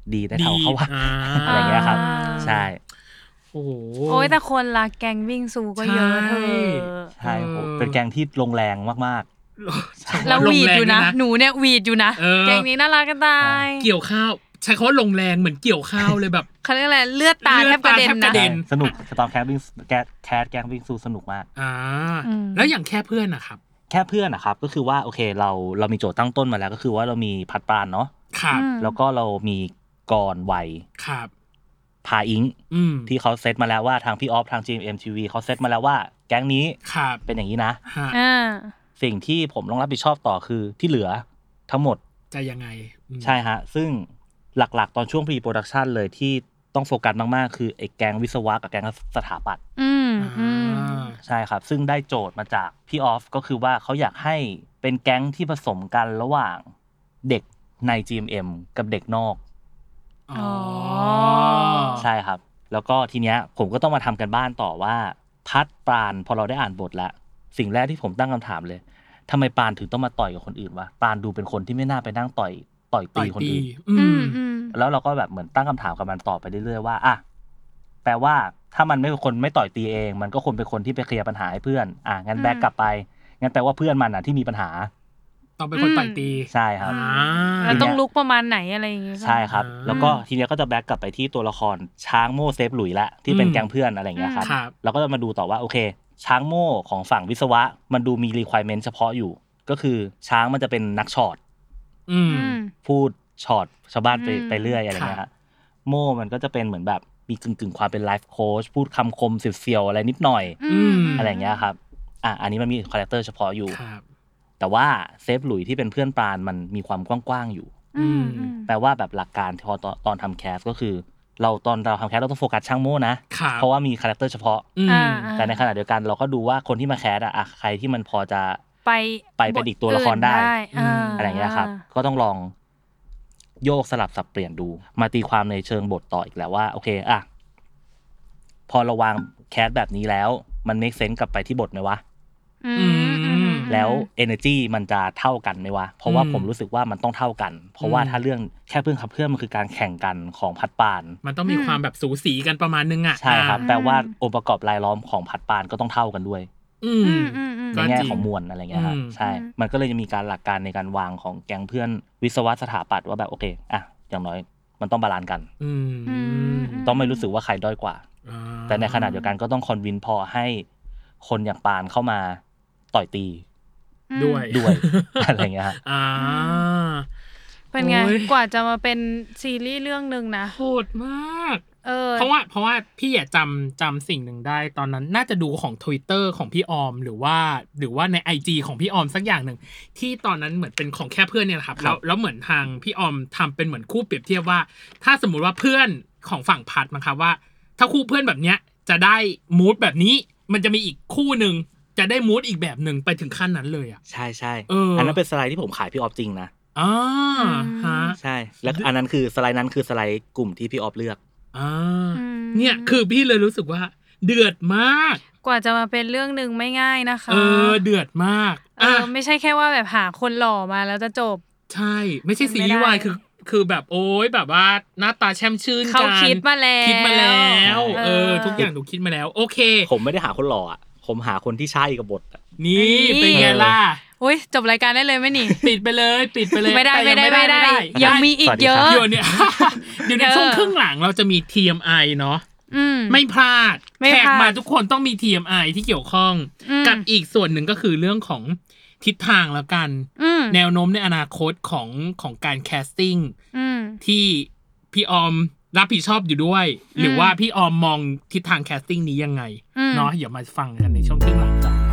ดีได้เท่าเขาว่าอะไรเงี้ยครับใช่โอ้โอ้ยแต่คนรักแกงวิ่งซูก็เยอะเธอใช่เป็นแกงที่ลงแรงมากๆเราวีดอยู่นะหนูเนี่ยวีดอยู่นะแกงนี้น่ารักกันตายเกี่ยวข้าวใช้คำว่าลงแรงเหมือนเกี่ยวข้าวเลยแบบเขาเรียกอะไรเลือดตาแทบกระเด็นนะสนุกตอนแคสวิ่งแคสแคสแกงวิ่งซูสนุกมากอ่าแล้วอย่างแค่เพื่อนนะครับแค่เพื่อนนะครับก็คือว่าโอเคเราเรามีโจทย์ตั้งต้นมาแล้วก็คือว่าเรามีพัดปานเนาะครับแล้วก็เรามีกรไวครับพาอิงที่เขาเซตมาแล้วว่าทางพี่ออฟทาง จี เอ็ม เอ็ม ที วี เขาเซตมาแล้วว่าแก๊งนี้เป็นอย่างนี้นะสิ่งที่ผมต้องรับผิดชอบต่อคือที่เหลือทั้งหมดจะยังไงใช่ฮะซึ่งหลักๆตอนช่วง pre production เลยที่ต้องโฟกัสมากๆคือไอ้แก๊งวิศวะกับแก๊งสถาปัตย์ใช่ครับซึ่งได้โจทย์มาจากพี่ออฟก็คือว่าเขาอยากให้เป็นแก๊งที่ผสมกันระหว่างเด็กใน จี เอ็ม เอ็ม กับเด็กนอกอ๋อใช่ครับแล้วก็ทีเนี้ยผมก็ต้องมาทำกันบ้านต่อว่าพัดปราณพอเราได้อ่านบทแล้วสิ่งแรกที่ผมตั้งคำถามเลยทำไมปราณถึงต้องมาต่อยกับคนอื่นวะปราณดูเป็นคนที่ไม่น่าไปนั่งต่อยต่อยตีคนอื่นแล้วเราก็แบบเหมือนตั้งคำถามกับมันต่อไปเรื่อยๆว่าอ่ะแปลว่าถ้ามันไม่เป็นคนไม่ต่อยตีเองมันก็คนเป็นคนที่ไปเคลียร์ปัญหาให้เพื่อนอ่ะงั้นแบ็กกลับไปงั้นแปลว่าเพื่อนมันอ่ะที่มีปัญหาต้องเป็นคนต่อยตีใช่ครับแล้วต้องลุกประมาณไหนอะไรอย่างงี้ใช่ครับแล้วก็ทีเนี้ยก็จะแบ็กกลับไปที่ตัวละครช้างโม่เซฟหลุยละที่เป็นแก๊งเพื่อนอะไรอย่างเงี้ยครับเราก็จะมาดูต่อว่าโอเคช้างโม่ของฝั่งวิศวะมันดูมี requirement เฉพาะอยู่ก็คือช้างมันจะเป็นนักช็อตพูดช็อตชาวบ้านไปไปเรื่อยอะไรเงี้ยครับโม่มันก็จะเป็นเหมือนแบบมีกึ่งๆความเป็นไลฟ์โค้ชพูดคำคมเสียวๆอะไรนิดหน่อยอะไรเงี้ยครับอ่ะอันนี้มันมีคาแรคเตอร์เฉพาะอยู่แต่ว่าเซฟหลุยที่เป็นเพื่อนปราณมันมีความกว้างๆอยู่แปลว่าแบบหลักการพอตอนทำแคสก็คือเราตอนเราทำแคสเราต้องโฟกัสช่างโม่นะเพราะว่ามีคาแรคเตอร์เฉพาะแต่ในขณะเดียวกันเราก็ดูว่าคนที่มาแคสอะใครที่มันพอจะไปไปเป็นอีกตัวละครได้อะไรเงี้ยครับก็ต้องลองโยกสลับสับเปลี่ยนดูมาตีความในเชิงบทต่ออีกแล้วว่าโอเคอะพอเราวางแคสแบบนี้แล้วมันเมคเซนส์กลับไปที่บทไหมวะแล้ว energy มันจะเท่ากันไหมวะเพราะว่าผมรู้สึกว่ามันต้องเท่ากันเพราะว่าถ้าเรื่องแค่เพื่อนขับเพื่อนมันคือการแข่งกันของพัดปานมันต้องมีความแบบสูสีกันประมาณนึงอ่ะใช่ครับแปลว่าองค์ประกอบรายล้อมของพัดปานก็ต้องเท่ากันด้วยในแง่ของมวลอะไรเงี้ยครับใช่มันก็เลยจะมีการหลักการในการวางของแก๊งเพื่อนวิศวะสถาปัตย์ว่าแบบโอเคอ่ะอย่างน้อยมันต้องบาลานซ์กันต้องไม่รู้สึกว่าใครด้อยกว่าแต่ในขณะเดียวกันก็ต้องคอนวินพอให้คนอย่างปานเข้ามาต่อยตีด้วยด้วยอะไรเงี้ยอ่าเป็นไงกว่าจะมาเป็นซีรีส์เรื่องนึงนะโหดมากเออเพราะว่าเพราะว่าพี่อ่ะจำจำสิ่งหนึ่งได้ตอนนั้นน่าจะดูของ Twitter ของพี่ออมหรือว่าหรือว่าใน ไอ จี ของพี่ออมสักอย่างนึงที่ตอนนั้นเหมือนเป็นของแค่เพื่อนเนี่ยแหละครับแล้วแล้วเหมือนทางพี่ออมทำเป็นเหมือนคู่เปรียบเทียบว่าถ้าสมมุติว่าเพื่อนของฝั่งพัดนะครับว่าถ้าคู่เพื่อนแบบเนี้ยจะได้มูดแบบนี้มันจะมีอีกคู่นึงจะได้มูดอีกแบบหนึ่งไปถึงขั้นนั้นเลยอ่ะใช่ใช่อันนั้นเป็นสไลด์ที่ผมขายพี่ออฟจริงนะอ๋อฮะใช่แล้วอันนั้นคือสไลด์นั้นคือสไลด์กลุ่มที่พี่ออฟเลือกอ่าเนี่ยคือพี่เลยรู้สึกว่าเดือดมากกว่าจะมาเป็นเรื่องนึงไม่ง่ายนะคะเออเดือดมากเออไม่ใช่แค่ว่าแบบหาคนหล่อมาแล้วจะจบใช่ไม่ใช่ซีรีส์วายคือคือแบบโอ๊ยแบบว่าหน้าตาแช่มชื่นกันเขาคิดมาแล้วคิดมาแล้วเออทุกอย่างถูกคิดมาแล้วโอเคผมไม่ได้หาคนหล่ออ่ะผมหาคนที่ใช่กับบทอ่ะนี่เป็นไงล่ะโอ๊ยจบรายการได้เลยไหมนี่ปิดไปเลยปิดไปเลยไม่ได้ไม่ได้ไม่ได้ยังมีอีกเยอะอยู่เนี่ยเดี๋ยวในช่วงครึ่งหลังเราจะมี ที เอ็ม ไอ เนาะไม่พลาดแขกมาทุกคนต้องมี ที เอ็ม ไอ ที่เกี่ยวข้องกับอีกส่วนหนึ่งก็คือเรื่องของทิศทางแล้วกันแนวโน้มในอนาคตของของการแคสติ้งที่พี่ออมรับผิดชอบอยู่ด้วยหรือว่าพี่ออมมองทิศทางแคสติ้งนี้ยังไงเนาะเดี๋ยวมาฟังกันในช่วงครึ่งหลังจ้า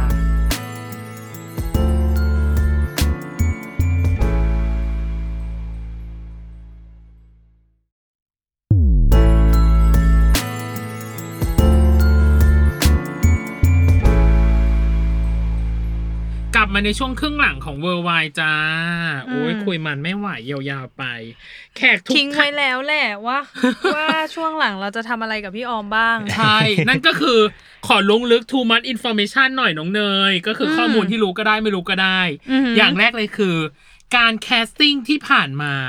ลับมาในช่วงครึ่งหลังของ Worldwide จ้าโอ้ยคุยมันไม่ไหวยาวๆไปแขกทุกทิ้งไว้แล้วแหละว่าว่าช่วงหลังเราจะทำอะไรกับพี่ออมบ้างใช่นั่นก็คือขอลงลึก too much information หน่อยน้องเนยก็คือข้อมูลที่รู้ก็ได้ไม่รู้ก็ได้อย่างแรกเลยคือการแคสติ้งที่ผ่านมา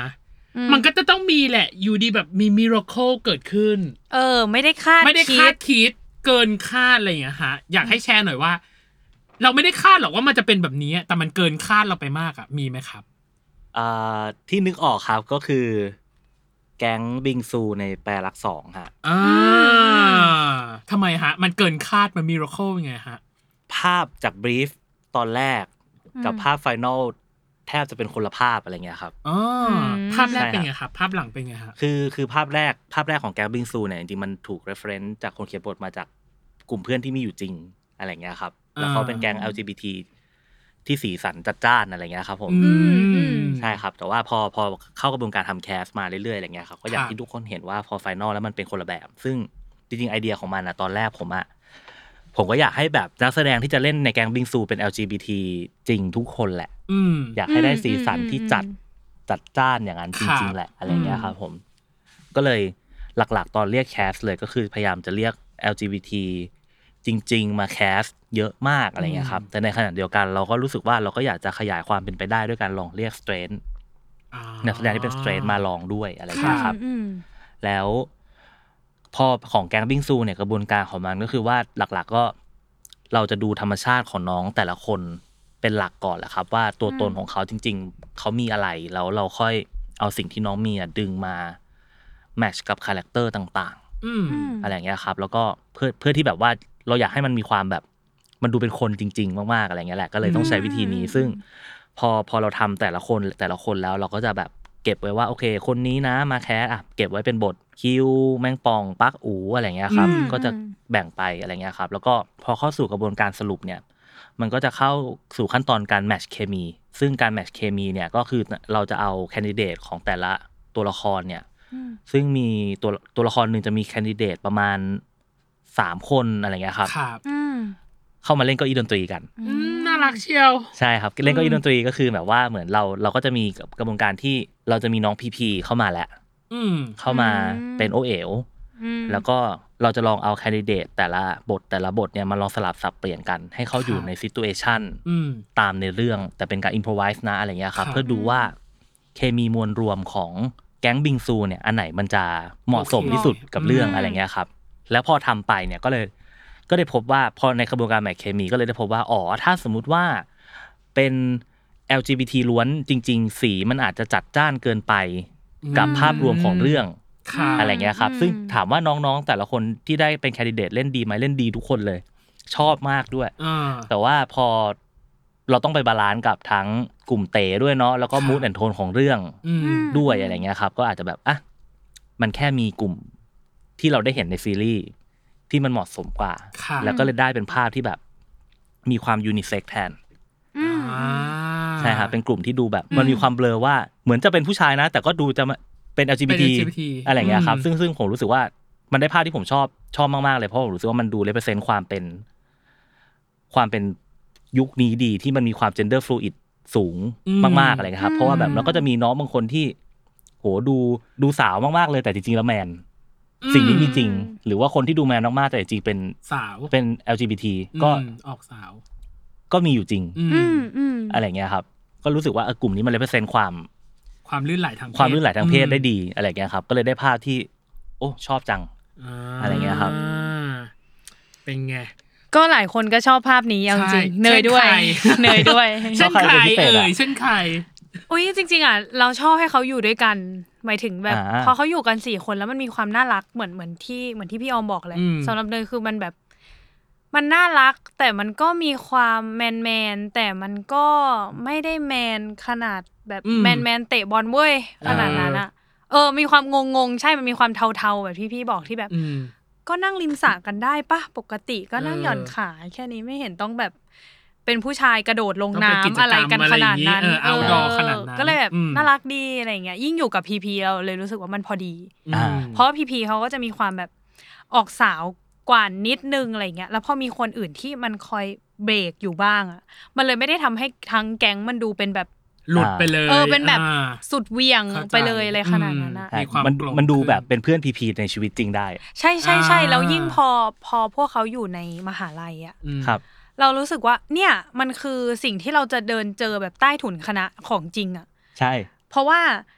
มันก็จะต้องมีแหละอยู่ดีแบบมีมิราเคิลเกิดขึ้นเออไม่ได้คาดไม่ได้คาดคิดเกินคาดอะไรอย่างเงี้ยฮะอยากให้แชร์หน่อยว่าเราไม่ได้คาดหรอกว่ามันจะเป็นแบบนี้แต่มันเกินคาดเราไปมากอ่ะมีไหมครับอ่าที่นึกออกครับก็คือแก๊งบิงซูในแปรลักสองฮะอ่าทำไมฮะมันเกินคาดมันมิราเคิลยังไงฮะภาพจากบรีฟตอนแรกกับภาพไฟนอลแทบจะเป็นคนละภาพอะไรเงี้ยครับอ๋อภาพแรกเป็นไงครับภาพหลังเป็นไงครับคือคือภาพแรกภาพแรกของแก๊งบิงซูเนี่ยจริงๆมันถูก reference จากคนเขียนบทมาจากกลุ่มเพื่อนที่มีอยู่จริงอะไรเงี้ยครับแล้วเขาเป็นแก๊ง แอล จี บี ที ที่สีสันจัดจ้านอะไรเงี้ยครับผมใช่ครับแต่ว่าพอพอเข้ากระบวนการทำแคสมาเรื่อยๆอะไรเงี้ยครับก็อย่างที่ทุกคนเห็นว่าพอไฟนอลแล้วมันเป็นคนละแบบซึ่งจริงๆไอเดียของมันอะตอนแรกผมอะผมก็อยากให้แบบนักแสดงที่จะเล่นในแก๊งบิงซูเป็น แอล จี บี ที จริงทุกคนแหละอยากให้ได้สีสันที่จัดจัดจ้านอย่างนั้นจริงๆแหละอะไรเงี้ยครับผมก็เลยหลักๆตอนเรียกแคสเลยก็คือพยายามจะเรียก แอล จี บี ที จริงๆมาแคสเยอะมากอะไรเงี้ยครับแต่ในขณะเดียวกันเราก็รู้สึกว่าเราก็อยากจะขยายความเป็นไปได้ด้วยการลองเรียกสเตรนท์นักแสดงที่เป็นสเตรนท์มาลองด้วยอะไรเงี้ยครับแล้วพอของแก๊งบิงซูเนี่ยกระบวนการของมันก็คือว่าหลักๆก็เราจะดูธรรมชาติของน้องแต่ละคนเป็นหลักก่อนแหละครับว่าตัวตนของเขาจริงๆเขามีอะไรแล้วเราค่อยเอาสิ่งที่น้องมีดึงมาแมทช์กับคาแรคเตอร์ต่างๆอะไรอย่างเงี้ยครับแล้วก็เพื่อเพื่อที่แบบว่าเราอยากให้มันมีความแบบมันดูเป็นคนจริงๆมากๆอะไรเงี้ยแหละก็เลยต้องใช้วิธีนี้ซึ่งพอพอเราทำแต่ละคนแต่ละคนแล้วเราก็จะแบบเก็บไว้ว่าโอเคคนนี้นะมาแคสอ่ะเก็บไว้เป็นบทคิวแมงปองปักอูอะไรเงี้ยครับก็จะแบ่งไปอะไรเงี้ยครับแล้วก็พอเข้าสู่กระบวนการสรุปเนี่ยมันก็จะเข้าสู่ขั้นตอนการแมทช์เคมีซึ่งการแมทช์เคมีเนี่ยก็คือเราจะเอาแคนดิเดตของแต่ละตัวละครเนี่ยซึ่งมีตัวตัวละครนึงจะมีแคนดิเดตประมาณสามคนอะไรเงี้ยครับเข้ามาเล่นเก้าอี้ดนตรีกันน่ารักเชียวใช่ครับเล่นเก้าอี้ดนตรีก็คือแบบว่าเหมือนเราเราก็จะมีกระบวนการที่เราจะมีน้องพีพีเข้ามาแล้วเข้ามาเป็นโอเอ๋วแล้วก็เราจะลองเอาแคนดิเดตแต่ละบทแต่ละบทเนี่ยมาลองสลับสับเปลี่ยนกันให้เขาอยู่ในซิทูเอชั่นตามในเรื่องแต่เป็นการอิมโพรไวส์นะอะไรเงี้ยครับเพื่อดูว่าเคมีมวลรวมของแก๊งบิงซูเนี่ยอันไหนมันจะเหมาะสมที่สุดกับเรื่องอะไรเงี้ยครับแล้วพอทำไปเนี่ยก็เลยก็ได้พบว่าพอในกระบวนการแมทเคมีก็เลยได้พบว่าอ๋อถ้าสมมุติว่าเป็น แอล จี บี ที ล้วนจริงๆสีมันอาจจะจัดจ้านเกินไปกับภาพรวมของเรื่องอะไรเงี้ยครับซึ่งถามว่าน้องๆแต่ละคนที่ได้เป็นแคนดิเดตเล่นดีไหมเล่นดีทุกคนเลยชอบมากด้วยแต่ว่าพอเราต้องไปบาลานซ์กับทั้งกลุ่มเต๋ด้วยเนาะแล้วก็มูดแอนด์โทนของเรื่องด้วยอะไรเงี้ยครับก็อาจจะแบบอ่ะมันแค่มีกลุ่มที่เราได้เห็นในซีรีส์ที่มันเหมาะสมกว่าแล้วก็เลยได้เป็นภาพที่แบบมีความยูนิเซ็กแทนใช่ครับเป็นกลุ่มที่ดูแบบมันมีความเบลอว่าเหมือนจะเป็นผู้ชายนะแต่ก็ดูจะเป็น แอล จี บี ที อะไรอย่างเงี้ยครับซึ่งซึ่งผมรู้สึกว่ามันได้ภาพที่ผมชอบชอบมากๆเลยเพราะผมรู้สึกว่ามันดูเรปเปอร์เซนต์ความเป็นความเป็นยุคนี้ดีที่มันมีความ gender fluid สูงมากๆอะไรครับเพราะว่าแบบเราก็จะมีน้องบางคนที่โหดูดูสาวมากๆเลยแต่จริงๆแล้วแมนสิ่งนี้มีจริงหรือว่าคนที่ดูแมนมากๆแต่จริงๆเป็นสาวเป็น แอล จี บี ที ก็ออกสาวก็มีอยู่จริงอะไรเงี้ยครับก็รู้สึกว่ากลุ่มนี้มันเรปเปอร์เซนต์ความความลื่นไหลทางเพศความลื่นไหลทางเพศได้ดีอะไรเงี้ยครับก็เลยได้ภาพที่โอ้ชอบจังอะไรเงี้ยครับเป็นไงก็หลายคนก็ชอบภาพนี้เอาจริงเนยด้วยเนยด้วยเช่นใครเอ่ยเช่นใครอุ้ยจริงๆอ่ะเราชอบให้เขาอยู่ด้วยกันหมายถึงแบบพอเขาอยู่กันสี่คนแล้วมันมีความน่ารักเหมือนเหมือนที่เหมือนที่พี่ออมบอกเลยสำหรับเนยคือมันแบบมันน่ารักแต่มันก็มีความแมนแมนแต่มันก็ไม่ได้แมนขนาดแบบแมนแมนเตะบอลเว้ยขนาดนั้นอะเออมีความงงๆใช่มันมีความเทาๆแบบที่พี่บอกที่แบบก็นั่งริมสระกันได้ปะปกติก็นั่งหย่อนขาแค่นี้ไม่เห็นต้องแบบเป็นผู้ชายกระโดดลงน้ำอะไรกันขนาดนั้นเออเอาขนาดนั้นก็เลยแบบน่ารักดีอะไรเงี้ยยิ่งอยู่กับพีพีเราเลยรู้สึกว่ามันพอดีเพราะพีพีเขาก็จะมีความแบบออกสาวกว่านิดนึงอะไรเงี้ยแล้วพอมีคนอื่นที่มันคอยเบรกอยู่บ้างอ่ะมันเลยไม่ได้ทำให้ทั้งแก๊งมันดูเป็นแบบหลุดไปเลยเออเป็นแบบสุดเวียงไปเลยอะไรขนาดนั้นนะมันมันดูแบบเป็นเพื่อนพีพีในชีวิตจริงได้ใช่ใช่ใช่แล้วยิ่งพอพอพวกเขาอยู่ในมหาลัยอ่ะครับเรารู้สึกว่าเนี่ยมันคือสิ่งที่เราจะเดินเจอแบบใต้ถุนคณะของจริงอ่ะใช่เพราะว่า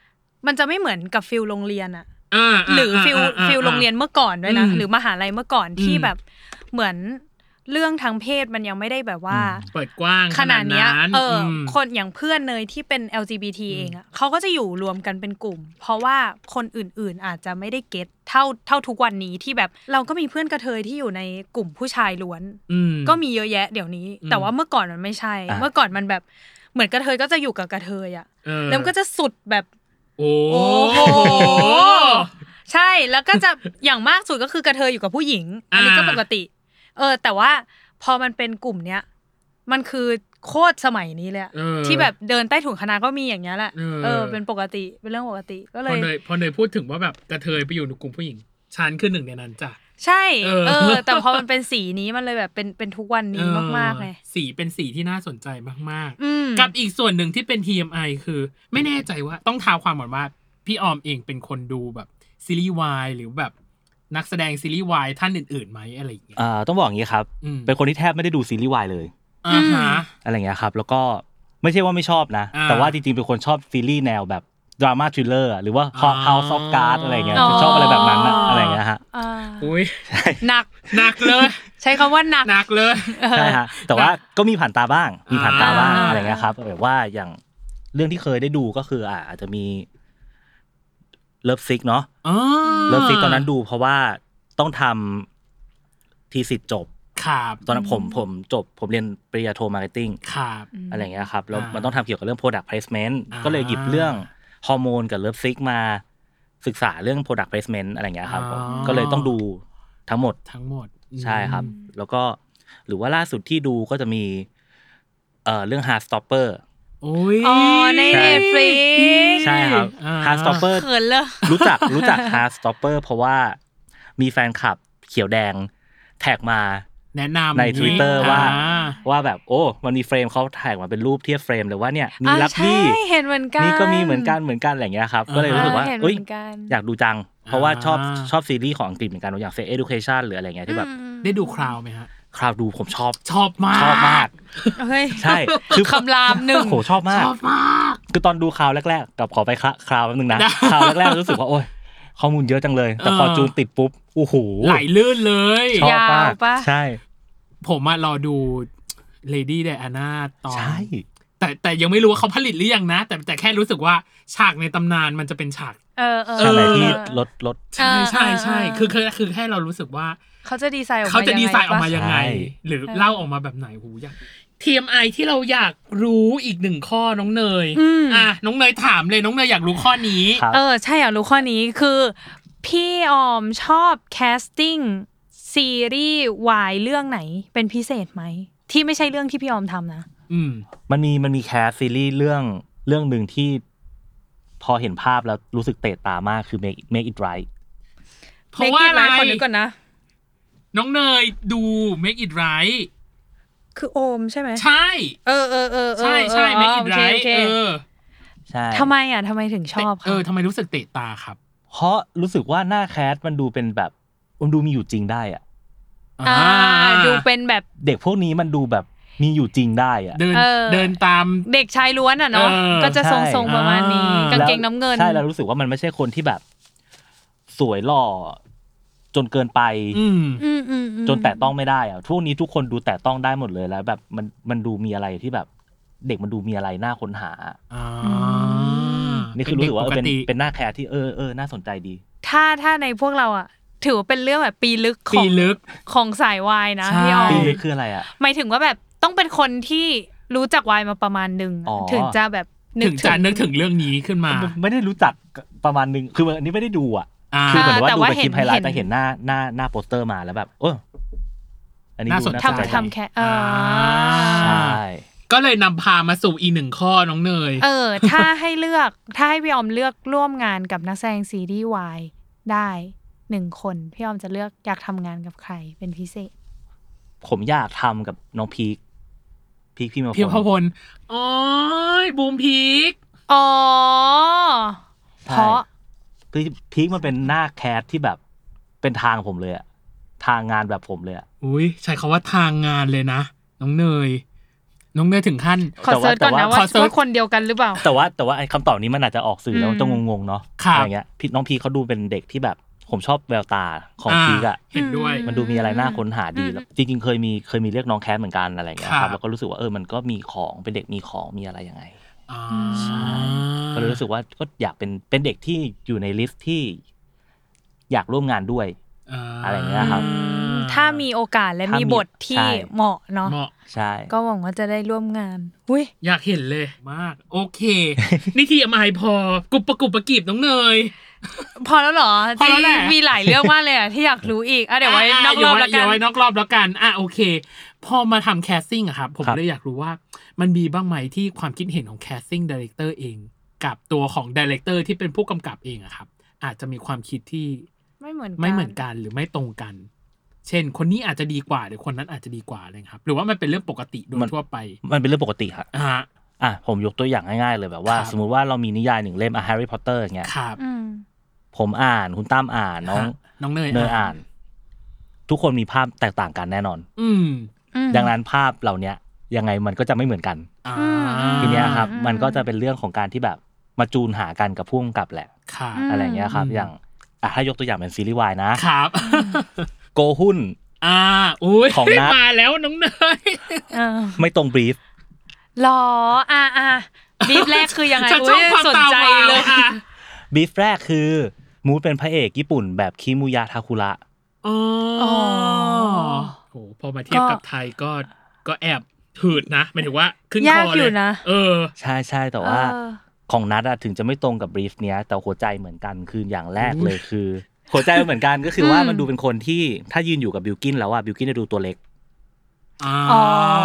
มันจะไม่เหมือนกับฟิลโรงเรียนอะหรือฟิลฟิลโรงเรียนเมื่อก่อนด้วยนะหรือมหาลัยเมื่อก่อนที่แบบเหมือนเรื่องทางเพศมันยังไม่ได้แบบว่าเปิดกว้างขนาดเนี้ยเออคนอย่างเพื่อนเนยที่เป็น แอล จี บี ที เองอ่ะเขาก็จะอยู่รวมกันเป็นกลุ่มเพราะว่าคนอื่นๆอาจจะไม่ได้เก็ตเท่าเท่าทุกวันนี้ที่แบบเราก็มีเพื่อนกระเทยที่อยู่ในกลุ่มผู้ชายล้วนก็มีเยอะแยะเดี๋ยวนี้แต่ว่าเมื่อก่อนมันไม่ใช่เมื่อก่อนมันแบบเหมือนกระเทยก็จะอยู่กับกระเทยอ่ะแล้วมันก็จะสุดแบบโอ้โหใช่แล้วก็จะอย่างมากสุดก็คือกระเทยอยู่กับผู้หญิงอันนี้ก็ปกติเออแต่ว่าพอมันเป็นกลุ่มเนี้ยมันคือโคตรสมัยนี้เลยที่แบบเดินใต้ถุนคณะก็มีอย่างเงี้ยแหละเออเป็นปกติเป็นเรื่องปกติก็เลยพอเนยพอเนยพูดถึงว่าแบบกระเทยไปอยู่ในกลุ่มผู้หญิงฉันคือหนึ่งในนั้นจ้ะใช่เออแต่พอมันเป็นสีนี้มันเลยแบบเป็นเป็นทุกวันนี้มากๆไงสีเป็นสีที่น่าสนใจมากๆกับอีกส่วนหนึ่งที่เป็น ที เอ็ม ไอ คือไม่แน่ใจว่าต้องท้าวความก่อนว่าพี่ออมเองเป็นคนดูแบบซีรีส์วายหรือแบบนักแสดงซีรีส์วายท่านอื่นๆไหมอะไรอย่างเงี้ยอ่าต้องบอกอย่างงี้ครับเป็นคนที่แทบไม่ได้ดูซีรีส์วายเลยอ่าฮะอะไรเงี้ยครับแล้วก็ไม่ใช่ว่าไม่ชอบนะแต่ว่าจริงๆเป็นคนชอบซีรีส์แนวแบบดราม่าทริลเลอร์หรือว่า House of Cards อะไรเงี้ยชอบอะไรแบบนั้นนะอะไรเงี้ยฮะอุ้ยหนักหนักเลยใช้คำว่าหนักหนักเลยใช่ฮะแต่ว่าก็มีผ่านตาบ้างมีผ่านตาบ้างอะไรเงี้ยครับแบบว่าอย่างเรื่องที่เคยได้ดูก็คืออ่าอาจจะมีเลิฟซิกเนาะเลิฟซิกตอนนั้นดูเพราะว่าต้องทำทีสิทธิ์จบตอนนั้นผมผมจบผมเรียนปริญญาโทมาร์เก็ตติ้งอะไรอย่างเงี้ยครับแล้วมันต้องทำเกี่ยวกับเรื่อง product placement ก็เลยหยิบเรื่องฮอร์โมนกับเลิฟซิกมาศึกษาเรื่อง product placement อะไรอย่างเงี้ยครับก็เลยต้องดูทั้งหมดทั้งหมดใช่ครับแล้วก็หรือว่าล่าสุดที่ดูก็จะมีเอ่อเรื่อง Heartstopper อ๋อใน Netflix ใช่ครับ Heartstopper เขินเลยรู้จักรู้จัก Heartstopper เพราะว่ามีแฟนคลับเขียวแดงแท็กมาแนะนำใน Twitter ว่าว่าแบบโอ้มันมีเฟรมเขาแท็กมาเป็นรูปเทียบเฟรมเลยว่าเนี่ยมีลักบี้เห็นเหมือนกันนี่ก็มีเหมือนกันเหมือนกันอะไรอย่างเงี้ยครับก็เลยรู้สึกว่าเอ้ยอยากดูจังเพราะว่าชอบชอบซีรีส์ของอังกฤษเหมือนกันอย่าง Sex Education หรืออะไรเงี้ยที่แบบได้ดูคราวมั้ยฮะคราวดูผมชอบชอบมากชอบมากเฮ้ยใช่คือคำรามหนึ่งโหชอบมากชอบมากคือตอนดูคราวแรกๆกับขอไปคราวแป๊บนึงนะคราวแรกๆรู้สึกว่าโอ๊ยข้อมูลเยอะจังเลยแต่พอจูนติดปุ๊บโอ้โหไหลลื่นเลยชอบมากใช่ผมมารอดู Lady Diana ตอนใช่แต่แต่ยังไม่รู้ว่าเขาผลิตหรือยังนะแต่แต่แค่รู้สึกว่าฉากในตำนานมันจะเป็นฉากเออๆฉากไหนที่รถรถใช่ๆๆคือคือคือแค่เรารู้สึกว่าเขาจะดีไซน์ออกมาเขาจะดีไซน์ออกมายังไงหรือเล่าออกมาแบบไหนหูอยาก ที เอ็ม ไอ ที่เราอยากรู้อีกหนึ่งข้อน้องเนยอ่ะน้องเนยถามเลยน้องเนยอยากรู้ข้อนี้เออใช่อยากรู้ข้อนี้คือพี่ออมชอบแคสติ้งซีรีส์วายเรื่องไหนเป็นพิเศษไหมที่ไม่ใช่เรื่องที่พี่ออมทำนะอืมมันมีมันมีแคสซีรีส์เรื่องเรื่องนึงที่พอเห็นภาพแล้วรู้สึกเตะตามากคือ Make Make It Right เพราะว่าอะไรคนนึงก่อนนะน้องเนยดู Make It Right คือโอมใช่ไหมใช่เออเออเออใช่ใช่ Make It Right เออใช่ทำไมอ่ะทำไมถึงชอบเออทำไมรู้สึกเตะตาครับเพราะรู้สึกว่าหน้าแคสมันดูเป็นแบบมันดูมีอยู่จริงได้อ่ะอ่าดูเป็นแบบเด็กพวกนี้มันดูแบบมีอยู่จริงได้อ่ะเดินเดินตามเด็กชายล้วนอ่ะเนาะก็จะทรงๆประมาณนี้กางเกงน้ำเงินใช่แล้วรู้สึกว่ามันไม่ใช่คนที่แบบสวยหล่อจนเกินไปจนแตะต้องไม่ได้อ่ะทุกนี้ทุกคนดูแตะต้องได้หมดเลยแล้วแบบมันมันดูมีอะไรที่แบบเด็กมันดูมีอะไรน่าค้นหานี่คือรู้สึกว่าเป็นเป็นหน้าแคสที่เออเออน่าสนใจดีถ้าถ้าในพวกเราอ่ะถือว่าเป็นเรื่องแบบปีลึกของของสายวายนะพี่ออมปีลึกคืออะไรอ่ะหมายถึงว่าแบบต้องเป็นคนที่รู้จักวายมาประมาณนึงถึงจะแบบถึงจะนึกถึงเรื่องนี้ขึ้นมาไม่ได้รู้จักประมาณนึงคืออันนี้ไม่ได้ดูอ่ะคือเหมือนว่าดูไปคลิปไฮไลท์แต่เห็นหน้าหน้าหน้าโปสเตอร์มาแล้วแบบเอออันนี้ดูน่าสนใจทำแค่ใช่ก็เลยนำพามาสู่อีกหนึ่งข้อน้องเนยเออถ้าให้เลือกถ้าให้พี่ออมเลือกร่วมงานกับนักแสดงซีรีส์วายได้หนึ่งคนพี่ออมจะเลือกอยากทำงานกับใครเป็นพิเศษผมอยากทำกับน้องพีคพีคพี่มาพลพี่มาพลอ๋อบูมพีคอ๋อเพราะพี่พีคมันเป็นหน้าแคสที่แบบเป็นทางผมเลยอะทางงานแบบผมเลยอะอุ้ยใช้คำว่าทางงานเลยนะน้องเนยน้องเนยถึงขั้นขอเซิร์ชก่อนนะว่าว่าคนเดียวกันหรือเปล่าแต่ว่าแต่ว่าไอ้คำตอบนี้มันอาจจะออกสื่อแล้วต้องงงๆเนาะอะไรเงี้ยพี่น้องพีเขาดูเป็นเด็กที่แบบผมชอบแววตาของพีกอะเห็นด้วยมันดูมีอะไรน่าค้นหาดีแล้วจริงๆเคยมีเคยมีเรียกน้องแคทเหมือนกันอะไรเงี้ยครับแล้วก็รู้สึกว่าเออมันก็มีของเป็นเด็กมีของมีอะไรยังไงใช่ก็เลยรู้สึกว่าก็อยากเป็นเป็นเด็กที่อยู่ในลิสต์ที่อยากร่วมงานด้วยอะไรเงี้ยครับถ้ามีโอกาสและมีบทที่เหมาะเนาะใช่ก็หวังว่าจะได้ร่วมงานอุ้ยอยากเห็นเลยมากโอเคนี่ทีมายพอกุบประกุบประกีบน้องเนยพอแล้วเหรอจริงมีหลายเรื่องมากเลยอ่ะที่อยากรู้อีกอ่ะเดี๋ยวไว้นอกรอบแล้วกันเดี๋ยวไว้นอกรอบแล้วกันอ่ะโอเคพอมาทำแคสติ้งอะครับผมเลยอยากรู้ว่ามันมีบ้างไหมที่ความคิดเห็นของแคสติ้งไดเรคเตอร์เองกับตัวของไดเรคเตอร์ที่เป็นผู้กำกับเองอะครับอาจจะมีความคิดที่ไม่เหมือนไม่เหมือนกันหรือไม่ตรงกันเช่นคนนี้อาจจะดีกว่าหรือคนนั้นอาจจะดีกว่าอะไรครับหรือว่ามันเป็นเรื่องปกติโดยทั่วไปมันเป็นเรื่องปกติครับอ่าอ่ะผมยกตัวอย่างง่ายๆเลยแบบว่าสมมุติว่าเรามีนิยายหนึ่งเล่มอ่ะแฮร์รี่พอตเตอร์อย่างเงี้ยครับผมอ่านคุณตั้มอ่านน้องน้องเนยเนยอ่านทุกคนมีภาพแตกต่างกันแน่นอนอืมดังนั้นภาพเหล่านี้ยังไงมันก็จะไม่เหมือนกันทีเนี้ยครับมันก็จะเป็นเรื่องของการที่แบบมาจูนหากันกับผู้กำกับแหละอะไรเงี้ยครับอย่างอ่ะถ้ายกตัวอย่างเป็นซีรีส์วายนะครับโกหุ้นอ่าอุ้ยของนัทมาแล้วน้องเนยไม่ตรงบรีฟหรออ่าอ่าบรีฟแรกคือยังไงอุ้ยสนใจเลยบรีฟแรกคือมูดเป็นพระเอกญี่ปุ่นแบบคิมุยะทาคุระอ๋อโอ้พอมาเทียบกับไทยก็ก็แอบถืดนะหมายถึงว่าขึ้นคอเลยเออใช่ใช่แต่ว่าของนัทอะถึงจะไม่ตรงกับบรีฟเนี้ยแต่หัวใจเหมือนกันคืออย่างแรกเลยคือหัวใจเหมือนกันก็คือว่ามันดูเป็นคนที่ถ้ายืนอยู่กับบิลกินแล้วอะบิลกินจะดูตัวเล็กอ๋อ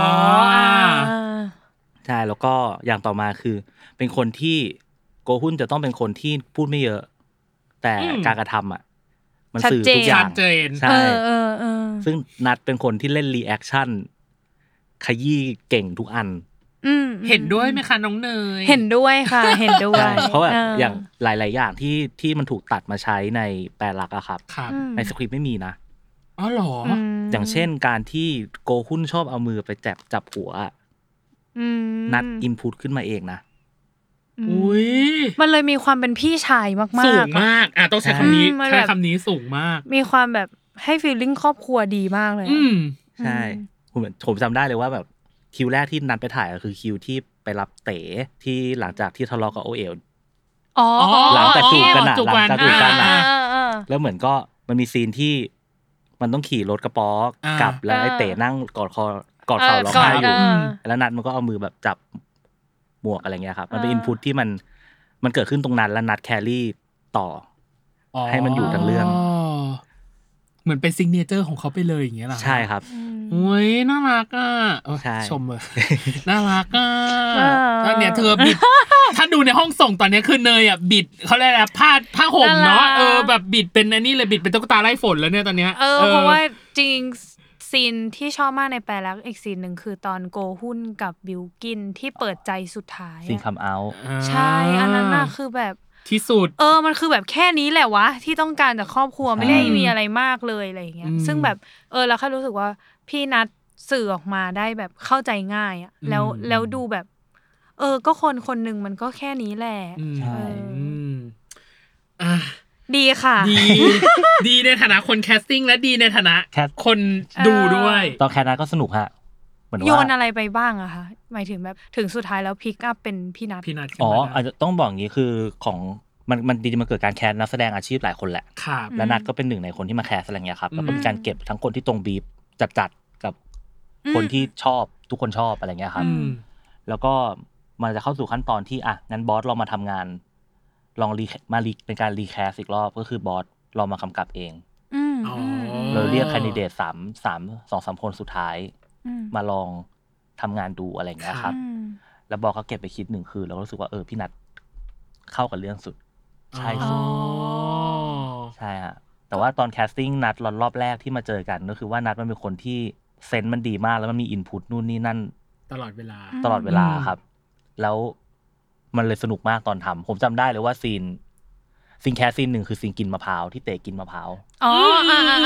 ใช่แล้วก็อย่างต่อมาคือเป็นคนที่โกหุ้นจะต้องเป็นคนที่พูดไม่เยอะแต่การกระทำอะมันสื่อทุกอย่างใช่ซึ่งนัทเป็นคนที่เล่นรีแอคชั่นขยี้เก่งทุกอันเห็นด้วยไหมคะน้องเนยเห็นด้วยค่ะเห็นด้วยเพราะแบบอย่างหลายๆอย่างที่ที่มันถูกตัดมาใช้ในแปลหลักอะครับในสคริปต์ไม่มีนะอ๋อเหรออย่างเช่นการที่โกหุ้นชอบเอามือไปจับจับหัวนัดอินพุตขึ้นมาเองนะอุ้ยมันเลยมีความเป็นพี่ชายมากๆสูงมากอ่ะต้องใช้คำนี้ใช้คำนี้สูงมากมีความแบบให้ฟีลลิ่งครอบครัวดีมากเลยอืมใช่ผมผมจำได้เลยว่าแบบคิวแรกที่นัดไปถ่ายก็คือคิวที่ไปรับเต๋ที่หลังจากที่ทะเลาะกับโอเอ๋วอ๋อหลังจากจูบกันน่ะหลังจากจูบกันน่ะแล้วเหมือนก็มันมีซีนที่มันต้องขี่รถกระป๋อกลับแล้วไอ้เต๋นั่งกอดคอกอดเข่าร้องไห้อยู่แล้วนัดมันก็เอามือแบบจับหมวกอะไรเงี้ยครับมันเป็นอินพุตที่มันมันเกิดขึ้นตรงนั้นแล้วนัดแครี่ต่อให้มันอยู่ทั้งเรื่องเหมือนเป็นซิกเนเจอร์ของเขาไปเลยอย่างเงี้ยหรอใช่ครับโอ้ยน่ารักอ่ะชมเลยน่ารักอ่ะตอนเนี้ยเธอบิดถ้าดูในห้องส่งตอนนี้คือเนยอ่ะบิดเขาเรียกอะไรผ้าผ้าห่มเนาะเออแบบบิดเป็นอันนี้เลยบิดเป็นตุ๊กตาไล่ฝนแล้วเนี่ยตอนเนี้ยเออเพราะว่าจริงซีนที่ชอบมากในแปลแล้วอีกซีนหนึ่งคือตอนโกหุ้นกับบิลกินที่เปิดใจสุดท้ายซีนคัมเอาท์ใช่อันนั้นน่ะคือแบบที่สุดเออมันคือแบบแค่นี้แหละวะที่ต้องการจากครอบครัวไม่ได้มีอะไรมากเลยอะไรอย่างเงี้ยซึ่งแบบเออเราแค่รู้สึกว่าพี่นัทสื่อออกมาได้แบบเข้าใจง่ายอ่ะแล้วแล้วดูแบบเออก็คนคนนึงมันก็แค่นี้แหละใช่อ่ะดีค่ะดีดีในฐานะคนแคสติ้งและดีในฐานะคนดูด้วยตอนแคสนั้นก็สนุกฮะเหมือนว่าโยนอะไรไปบ้างอะคะหมายถึงแบบถึงสุดท้ายแล้วพิกอัพเป็นพี่นัทพี่นัทอ๋ออาจจะต้องบอกอย่างนี้คือของมันมันดีมันเกิดการแคสนักแสดงอาชีพหลายคนแหละและนัทก็เป็นหนึ่งในคนที่มาแคสอะไรเงี้ยครับแล้วก็มีการเก็บทั้งคนที่ตรงบีฟจัดๆกับคนที่ชอบทุกคนชอบอะไรเงี้ยครับแล้วก็มันจะเข้าสู่ขั้นตอนที่อ่ะงั้นบอสเรามาทำงานลองรีมารีเป็นการรีแคสอีกรอบก็คือบอสเรามากำกับเองเราเรียกแคนดิเดตสามสามสองสามคนสุดท้ายมาลองทำงานดูอะไรเงี้ยครับแล้วบอสเขาเก็บไปคิดหนึ่งคืนแล้วก็รู้สึกว่าเออพี่นัทเข้ากับเรื่องสุดใช่สุดใช่ฮะแต่ว่าตอนแคสติ้งนัดรอบแรกที่มาเจอกันก็คือว่านัดมันเป็นคนที่เซนส์มันดีมากแล้วมันมีอินพุตนู่นนี่นั่นตลอดเวลาตลอดเวลาครับแล้วมันเลยสนุกมากตอนทำผมจำได้เลยว่าซีนซีนแคสซีนหนึ่งคือซีนกินมะพร้าวที่เตะกินมะพร้าวอ๋อ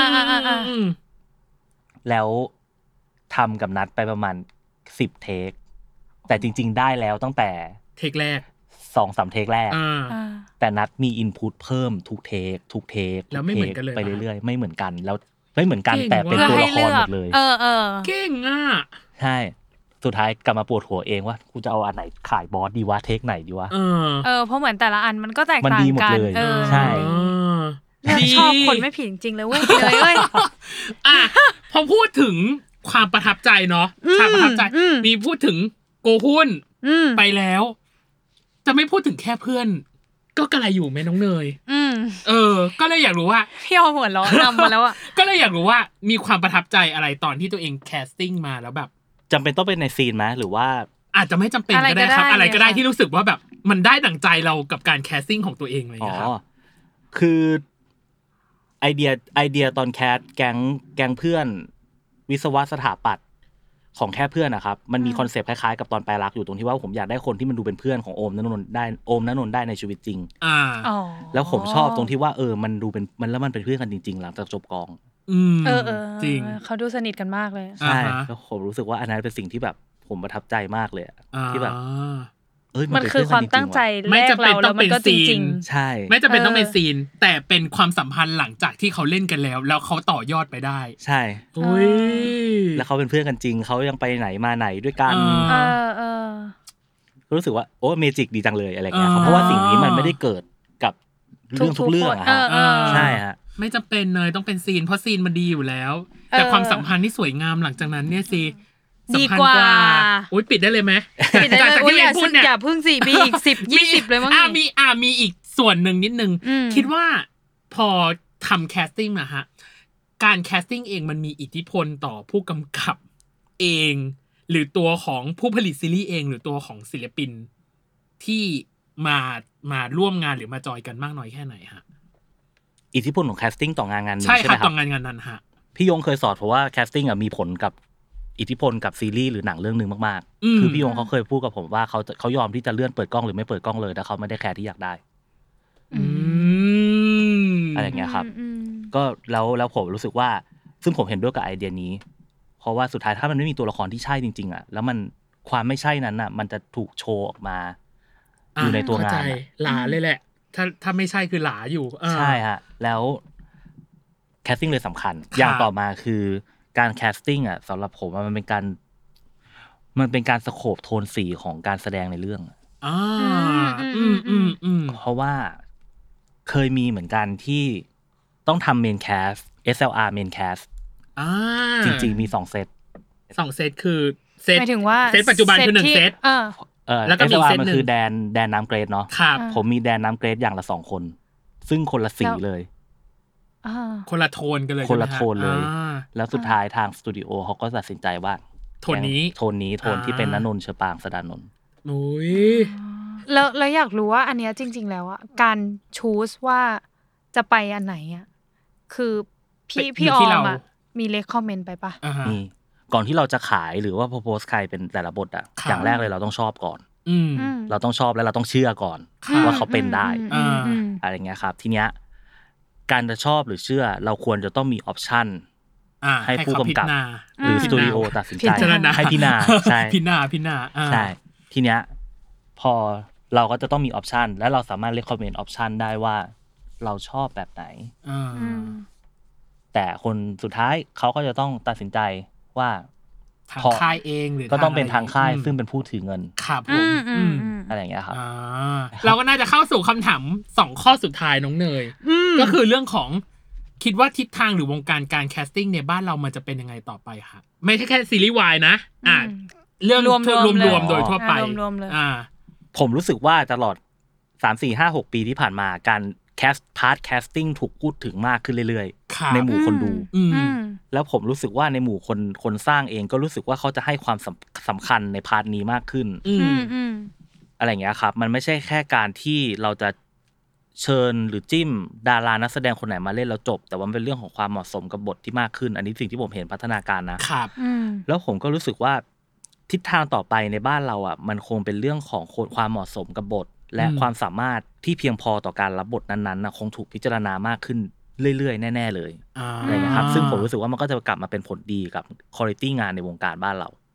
แล้วทำกับนัดไปประมาณสิบเทคแต่จริงๆได้แล้วตั้งแต่เทคแรกสองสาม เทคแรกแต่นัดมีอินพุตเพิ่มทุกเทคทุกเทคแล้วไม่เหมือนกันเลยไปเรื่อยๆไม่เหมือนกันแล้วไม่เหมือนกันแต่เป็นตัวละครหมดเลยเออๆเก่งอ่ะใช่สุดท้ายกลับมาปวดหัวเองว่ากูจะเอาอันไหนขายบอสดีวะเทคไหนดีวะเออเออเพราะเหมือนแต่ละอันมันก็แตกต่างกันเออใช่ชอบคนไม่ผิดจริงๆเลยเว้ยเลยเว้ยอ่ะพอพูดถึงความประทับใจเนาะความประทับใจมีพูดถึงโกฮุนไปแล้วจะไม่พูดถึงแค่เพื่อนก็กระไรอยู่แม่น้องเนยเออก็เลยอยากรู้ว่าพี่เอาหัวล้อนำมาแล้วอ่ะก็เลยอยากรู้ว่ามีความประทับใจอะไรตอนที่ตัวเองแคสติ้งมาแล้วแบบจำเป็นต้องเป็นในซีนไหมหรือว่าอาจจะไม่จำเป็นก็ได้ครับอะไรก็ได้ที่รู้สึกว่าแบบมันได้ดั่งใจเรากับการแคสติ้งของตัวเองอะไรอย่างเงี้ยครับคือไอเดียไอเดียตอนแคสแก๊งแก๊งเพื่อนวิศวะสถาปัตย์ของแค่เพื่อนนะครับมันมีคอนเซปต์คล้ายๆกับตอนไปรักอยู่ตรงที่ว่าผมอยากได้คนที่มันดูเป็นเพื่อนของโอมณนนท์ได้โอมณนนท์ได้ในชีวิตจริงอ่าแล้วผมชอบตรงที่ว่าเออมันดูเป็นมันแล้วมันเป็นเพื่อนกันจริงๆหลังจากจบกองเออจริงเขาดูสนิทกันมากเลยใช่แล้วผมรู้สึกว่าอันนั้นเป็นสิ่งที่แบบผมประทับใจมากเลยที่แบบเอ้ยมันคือความตั้งใจแรกเราแล้วมันก็จริงๆใช่ไม่จำเป็นต้องเป็นซีนแต่เป็นความสัมพันธ์หลังจากที่เขาเล่นกันแล้วแล้วเขาต่อยอดไปได้ใช่อุ้ยแล้วเขาเป็นเพื่อนกันจริงเขายังไปไหนมาไหนด้วยกันเออเออรู้สึกว่าโอ้เมจิกดีจังเลยอะไรเงี้ยเพราะว่าสิ่งนี้มันไม่ได้เกิดกับเรื่องทุกเรื่องอะใช่ฮะไม่จำเป็นเลยต้องเป็นซีนเพราะซีนมันดีอยู่แล้วแต่ความสัมพันธ์ที่สวยงามหลังจากนั้นเนี่ยสิดีกว่าอุ๊ยปิดได้เลยไหมปิดได้เลยอย่าพึ่งอย่าพึ่งสิมีอีกสิบ ยี่สิบเลยมั้งอ่ะมีอ่ะมีอีกส่วนหนึ่งนิดนึงคิดว่าพอทำแคสติ้งนะฮะการแคสติ้งเองมันมีอิทธิพลต่อผู้กำกับเองหรือตัวของผู้ผลิตซีรีส์เองหรือตัวของศิลปินที่มามาร่วมงานหรือมาจอยกันมากน้อยแค่ไหนฮะอิทธิพลของแคสติ้งต่องานงานนี้ใช่ไหมครับต่องานงานนั้นฮะพี่ยงเคยสอนเพราะว่าแคสติ้งอ่ะมีผลกับอิทธิพลกับซีรีส์หรือหนังเรื่องนึงมากๆคือพี่ยงเขาเคยพูดกับผมว่าเขาเขายอมที่จะเลื่อนเปิดกล้องหรือไม่เปิดกล้องเลยแต่เขาไม่ได้แคร์ที่อยากได้อะไรอย่างเงี้ยครับก็แล้วแล้วผมรู้สึกว่าซึ่งผมเห็นด้วยกับไอเดียนี้เพราะว่าสุดท้ายถ้ามันไม่มีตัวละครที่ใช่จริงๆอ่ะแล้วมันความไม่ใช่นั้นอ่ะมันจะถูกโชว์ออกมาอยู่ในตัวงานหลาเลยแหละถ้าถ้าไม่ใช่คือหลาอยู่ใช่ฮะแล้วแคสติ้งเลยสำคัญอย่างต่อมาคือการแคสติ้งอ่ะสำหรับผมมันเป็นการมันเป็นการสโคปโทนสีของการแสดงในเรื่องอ่าอืมอืมอืมเพราะว่าเคยมีเหมือนกันที่ต้องทำเมนแคส เอส แอล อาร์ เมนแคสอ่าจริงๆมีสองเซตสองเซตคือเซตหมายถึงว่าเซตปัจจุบันคือหนึ่งเซตเออเออแล้วก็มีเซตนึงมันคือแดนแดนน้ำเกรดเนาะผมมีแดนน้ำเกรดอย่างละสองคนซึ่งคนละสีเลยคนละโทนกันเลยคนละโทนเลยแล้วสุดท้ายทางสตูดิโอเขาก็ตัดสินใจว่าโทนนี้โทนนี้โทนที่เป็นณนนท์เชอปางสดานนท์โอ้ยแล้วแล้วอยากรู้ว่าอันเนี้ยจริงๆแล้วอ่ะการชูสว่าจะไปอันไหนอ่ะคือพี่พี่ออมอ่ะมีเลคคอมเมนต์ไปปะนี่ก่อนที่เราจะขายหรือว่าโพโพสใครเป็นแต่ละบทอ่ะอย่างแรกเลยเราต้องชอบก่อนเราต้องชอบแล้วเราต้องเชื่อก่อนว่าเขาเป็นได้อะไรเงี้ยครับทีเนี้ยการจะชอบหรือเชื่อเราควรจะต้องมีออปชั่นให้ผู้กำกับหรือสตูดิโอตัดสินใจให้พิจารณาใช่พิจารณาพิจารณาใช่ทีเนี้ยพอเราก็จะต้องมีออปชันและเราสามารถเรียกคอมเมนต์ออปชันได้ว่าเราชอบแบบไหนแต่คนสุดท้ายเขาก็จะต้องตัดสินใจว่าทางค่ายเองหรือก็ต้องเป็นทางค่ายซึ่งเป็นผู้ถือเงินครับผมอะไรอย่างเงี้ยครับเราก็น่าจะเข้าสู่คำถามสองข้อสุดท้ายน้องเนยก็คือเรื่องของคิดว่าทิศทางหรือวงการการแคสติ้งในบ้านเรามันจะเป็นยังไงต่อไปครับไม่ใช่แค่ซีรีส์วายนะอ่าเรื่องรวมรวมๆโดยทั่วไปอ่าผมรู้สึกว่าตลอดสาม สี่ ห้า หกปีที่ผ่านมาการแคสพาร์ทแคสติ้งถูกพูดถึงมากขึ้นเรื่อยๆในหมู่คนดูแล้วผมรู้สึกว่าในหมู่คนคนสร้างเองก็รู้สึกว่าเขาจะให้ความสำคัญในพาร์ทนี้มากขึ้นอะไรอย่างเงี้ยครับมันไม่ใช่แค่การที่เราจะเชิญหรือจิ้มดารานักแสดงคนไหนมาเล่นแล้วจบแต่ว่ามันเป็นเรื่องของความเหมาะสมกับบทที่มากขึ้นอันนี้สิ่งที่ผมเห็นพัฒนาการนะครับแล้วผมก็รู้สึกว่าทิศทางต่อไปในบ้านเราอ่ะมันคงเป็นเรื่องของความเหมาะสมกับบทและความสามารถที่เพียงพอต่อการรับบทนั้นๆนะคงถูกพิจารณามากขึ้นเรื่อยๆแน่ๆเลยอะไรเงี้ยครับซึ่งผมรู้สึกว่ามันก็จะกลับมาเป็นผลดีกับควอลิตี้งานในวงการบ้านเรา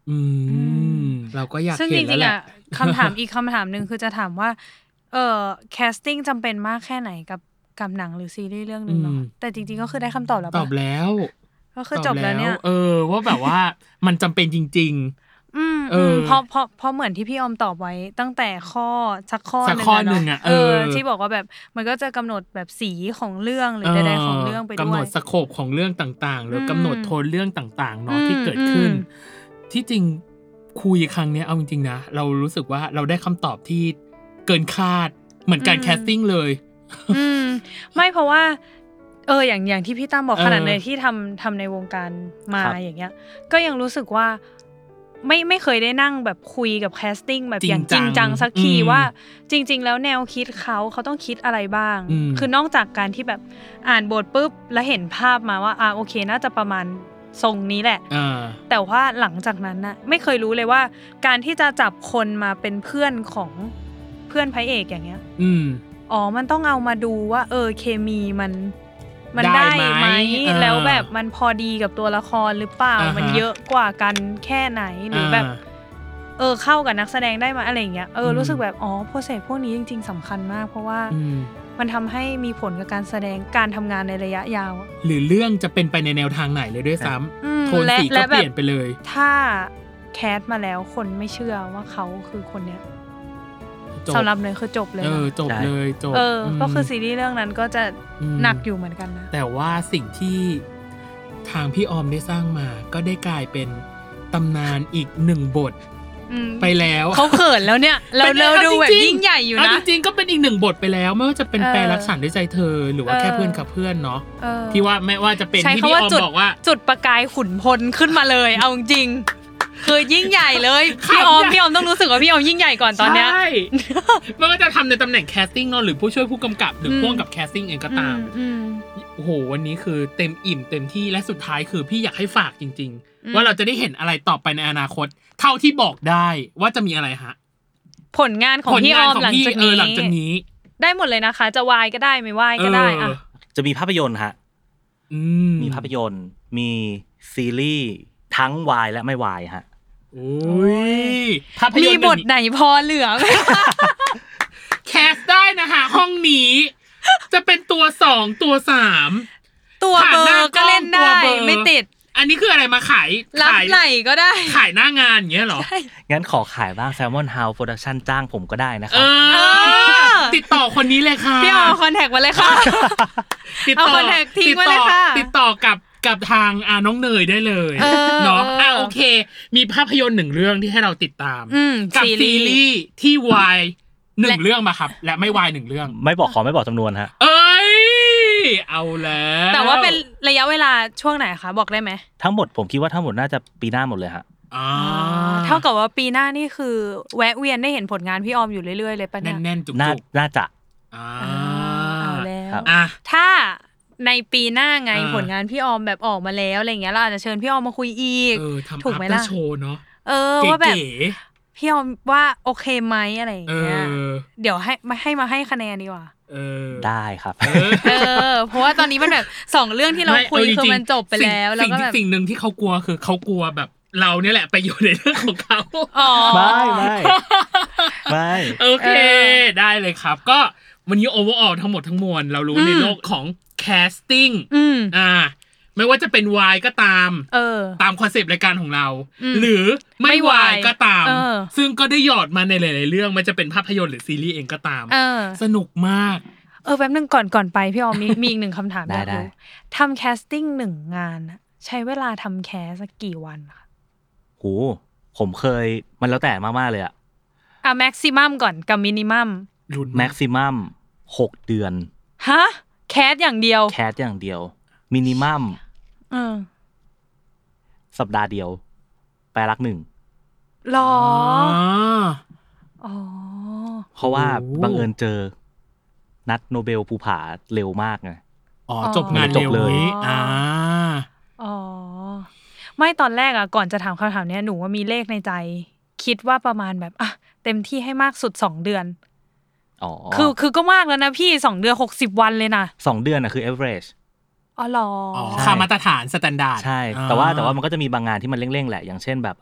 อืมเราก็อยากเห็นแล้วแหละซึ่งจริงๆอ่ะคำถามอีกคำถามนึงคือจะถามว่าเอ่อแคสติ้งจำเป็นมากแค่ไหนกับกับหนังหรือซีรีส์เรื่องนึงเนาะแต่จริงๆก็คือได้คำตอบแล้วป่ะตอบแล้วก็คือจบแล้วเนี่ยเออว่าแบบว่ามันจำเป็นจริงๆอืมเพราะเพราะเพราะเหมือนที่พี่ออมตอบไว้ตั้งแต่ข้อสักข้อนึงอะเออที่บอกว่าแบบมันก็จะกำหนดแบบสีของเรื่องหรือใดๆของเรื่องไปด้วยกำหนดสโคปของเรื่องต่างๆหรือกำหนดโทนเรื่องต่างๆเนาะที่เกิดขึ้นที่จริงคุยครั้งนี้เอาจริงๆนะเรารู้สึกว่าเราได้คำตอบที่เกินคาดเหมือนการแคสติ้งเลยอืมไม่เพราะว่าเอออย่างอย่างที่พี่ตั้มบอกขนาดเลยที่ทำทำในวงการมาอย่างเงี้ยก็ยังรู้สึกว่าไม่ไม่เคยได้นั่งแบบคุยกับแคสติ้งแบบอย่างจริงจังสักทีว่าจริงๆแล้วแนวคิดเขาเขาต้องคิดอะไรบ้างคือนอกจากการที่แบบอ่านบทปุ๊บแล้วเห็นภาพมาว่าอ่าโอเคน่าจะประมาณทรงนี้แหละแต่ว่าหลังจากนั้นนะไม่เคยรู้เลยว่าการที่จะจับคนมาเป็นเพื่อนของเพื่อนพระเอกอย่างเงี้ยอ๋อมันต้องเอามาดูว่าเออเคมีมันมันได้ไหมแล้วแบบมันพอดีกับตัวละครหรือเปล่ามันเยอะกว่ากันแค่ไหนหรือแบบเออเข้ากับนักแสดงได้ไหมอะไรอย่างเงี้ยเออรู้สึกแบบอ๋อโปรเซสพวกนี้จริงๆสำคัญมากเพราะว่ามันทำให้มีผลกับการแสดงการทำงานในระยะยาวหรือเรื่องจะเป็นไปในแนวทางไหนเลยด้วยซ้ำโทนสีก็เปลี่ยนไปเลยถ้าแคสมาแล้วคนไม่เชื่อว่าเขาคือคนเนี้ยสำหรับเลยคือจบเลยเออจบเลยจบเออก็คือซีรีส์เรื่องนั้นก็จะหนักอยู่เหมือนกันนะแต่ว่าสิ่งที่ทางพี่ออมได้สร้างมาก็ได้กลายเป็นตำนานอีกหนึ่งบทไปแล้วเขาเขินแล้วเนี่ยเราเราดูแบบยิ่งใหญ่อยู่นะจริงๆก็เป็นอีกหนึ่งบทไปแล้วไม่ว่าจะเป็นแปลรักฉันด้วยใจเธอหรือว่าแค่เพื่อนกับเพื่อนเนาะที่ว่าไม่ว่าจะเป็นที่พี่ออมบอกว่าจุดประกายขุนพลขึ้นมาเลยเอาจริงคือยิ่งใหญ่เลยพี่ออมพี่ออมต้องรู้สึกว่าพี่ออมยิ่งใหญ่ก่อนตอนเนี้ยใช่ไม่ว่าจะทำในตำแหน่งแคสติ้งเนาะหรือผู้ช่วยผู้กำกับหรือพ่วงกับแคสติ้งเองก็ตามโอ้โหวันนี้คือเต็มอิ่มเต็มที่และสุดท้ายคือพี่อยากให้ฝากจริงๆว่าเราจะได้เห็นอะไรต่อไปในอนาคตเท่าที่บอกได้ว่าจะมีอะไรฮะผลงานของพี่ออมหลังจากนี้หลังจากนี้ได้หมดเลยนะคะจะวายก็ได้ไม่วายก็ได้อ่ะจะมีภาพยนตร์ฮะมีภาพยนตร์มีซีรีส์ทั้งวายและไม่วายฮะโอ้ยมีบทไหนพอเหลือไหมแคสได้นะคะห้องนี้จะเป็นตัวสองตัวสามตัวเบอร์ก็เล่นได้ไม่ติดอันนี้คืออะไรมาขายรับไหลก็ได้ขายหน้างานอย่างเงี้ยหรองั้นขอขายบ้าง Salmon House Production จ้างผมก็ได้นะครับติดต่อคนนี้เลยค่ะพี่เอาคอนแทคมาเลยค่ะติดต่อคอนแทคทิ้งไว้เลยค่ะติดต่อกับกับทางอ่าน้องเนยได้เลยเนาะอ่ะโอเคมีภาพยนตร์หนึ่งเรื่องที่ให้เราติดตามกับซีรีส์ที่วายหนึ่งเรื่องมาครับและไม่วายหนึ่งเรื่องไม่บอกขอไม่บอกจำนวนฮะเอ้ยเอาแล้วแต่ว่าเป็นระยะเวลาช่วงไหนคะบอกได้ไหมทั้งหมดผมคิดว่าทั้งหมดน่าจะปีหน้าหมดเลยฮะอ๋อเท่ากับว่าปีหน้านี่คือแวะเวียนได้เห็นผลงานพี่ออมอยู่เรื่อยๆเลยป่ะเนี่ยแน่นๆจุกๆน่าจะอ่าเอาแล้วถ้าในปีหน้าไงผลงานพี่ออมแบบออกมาแล้วอะไรเงี้ยเราอาจจะเชิญพี่ออมมาคุยอีกถูกไหมล่ะโชว์เนาะเออว่าแบบพี่ออมว่าโอเคไหมอะไรอย่างเงี้ยเดี๋ยวให้มาให้มาให้คะแนนดีกว่าเออได้ครับเออเพราะว่าตอนนี้มันแบบสองเรื่องที่เราคุยคือมันจบไปแล้วแล้วก็แบบสิ่งหนึ่งที่เขากลัวคือเขากลัวแบบเราเนี่ยแหละไปอยู่ในเรื่องของเขาไม่ไม่ไม่โอเคได้เลยครับก็วันนี้โอเวอร์ออลทั้งหมดทั้งมวลเรารู้ในโลกของแคสติ้งอ่าไม่ว่าจะเป็นวายก็ตามตามคอนเซปต์รายการของเราหรือไม่วายก็ตามซึ่งก็ได้หยอดมาในหลายๆเรื่องมันจะเป็นภาพยนตร์หรือซีรีส์เองก็ตามสนุกมากเออแป๊บนึงก่อนก่อนไปพี่ออมมีมีอีกหนึ่งคำถามอยากรู้ทำแคสติ้งหนึ่งงานใช้เวลาทำแคสสักกี่วันคะโหผมเคยมันแล้วแต่มากๆเลยอะอ่ะแม็กซิมัมก่อนกับมินิมัมแม็กซิมัมหกเดือนฮะแคสอย่างเดียวแคสอย่างเดียวมินิมัมเออสัปดาห์เดียวแปลรักหนึ่งหรออ๋อเพราะว่าบังเอิญเจอนัดโนเบลภูผาเร็วมากไงอ๋อจบงานเร็วเลยอ่าอ๋อไม่ตอนแรกอ่ะก่อนจะถามคำถามเนี้ยหนูว่ามีเลขในใจคิดว่าประมาณแบบอ่ะเต็มที่ให้มากสุดสองเดือนอ๋อคือคือก็มากแล้วนะพี่สองเดือนหกสิบวันเลยนะสองเดือนน่ะคือ average อ๋อเหรอค่ามาตรฐานสแตนดาร์ดใช่แต่ว่าแต่ว่ามันก็จะมีบางงานที่มันเร่งๆแหละอย่างเช่นแบบอ่ะ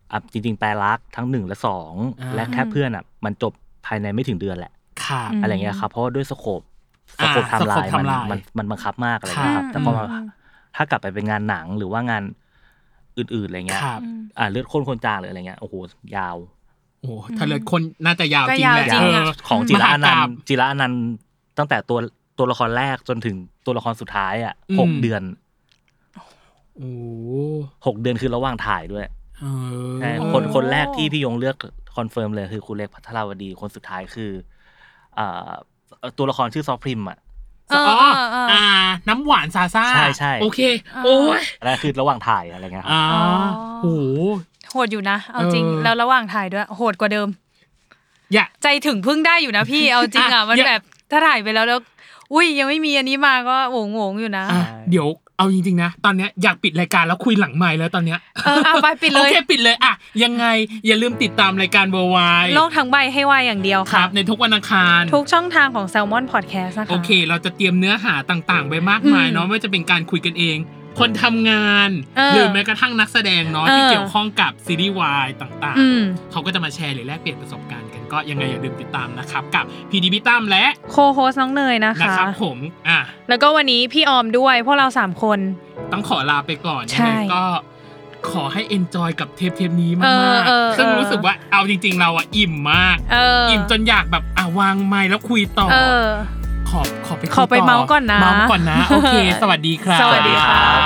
อ่ะจริงๆแปลรักทั้งหนึ่งและสองและแค่เพื่อนอ่ะมันจบภายในไม่ถึงเดือนแหละอะไรเงี้ยครับเพราะว่าด้วยสโคปสโคปไทม์ไลน์มันมันมันบังคับมากอะไรเงี้ยครับแต่พอมาถ้ากลับไปเป็นงานหนังหรือว่างานอื่นๆอะไรเงี้ยอ่าเลือดข้นคนจางหรืออะไรเงี้ยโอ้โหยาวโอ้ถ้าเลือดคนน่าจะยาวจริงแหละของจิระอนันต์จิระอนันต์ตั้งแต่ตัวตัวละครแรกจนถึงตัวละครสุดท้ายอ่ะหกเดือนโอ้หกเดือนคือระหว่างถ่ายด้วยใช่คนคนแรกที่พี่ยงเลือกคอนเฟิร์มเลยคือครูเล็กภัทรวดีคนสุดท้ายคืออ่าตัวละครชื่อซอฟพริมอ่ะอ๋ออ่าน้ำหวานซาซ่าใช่ใช่โอเคโอ้ยนั่นคือระหว่างถ่ายอะไรเงี้ยอ๋อโอ้โหดอยู่นะเอาจริงแล้วระหว่างถ่ายด้วยโหดกว่าเดิมอย่าใจถึงพึ่งได้อยู่นะพี่เอาจริงอ่ะมันแบบถ้าถ่ายไปแล้วแล้วอุ้ยยังไม่มีอันนี้มาก็โหงๆอยู่นะเดี๋ยวเอาจริงๆนะตอนเนี้ยอยากปิดรายการแล้วคุยหลังไมค์แล้วตอนเนี้ยเออเอาไปปิดเลยโอเคปิดเลยอ่ะยังไงอย่าลืมติดตามรายการเบอร์ไวโลกทั้งใบให้วายอย่างเดียวค่ะในทุกวันอังคารทุกช่องทางของ Salmon Podcast นะคะโอเคเราจะเตรียมเนื้อหาต่างๆไปมากมายเนาะไม่ว่าจะเป็นการคุยกันเองคนทำงานหรือแม้กระทั่งนักแสดงเนาะที่เกี่ยวข้องกับซีรีส์วายต่างๆเขาก็จะมาแชร์หรือแลกเปลี่ยนประสบการณ์กันก็ยังไงอย่าลืมติดตามนะครับกับพีดีพิตั้มและโคโฮสน้องเนยนะคะนะครับผมอ่ะแล้วก็วันนี้พี่ออมด้วยพวกเราสามคนต้องขอลาไปก่อนยังไงก็ขอให้เอนจอยกับเทปเทปนี้มากๆซึ่งรู้สึกว่าเอาจริงๆเราอ่ะอิ่มมากอิ่มจนอยากแบบอ่ะวางไมค์แล้วคุยต่อขอขอไปขอไปเมาส์ก่อนนะเมาส์ก่อนนะโอเคสวัสดีครับสวัสดีครับ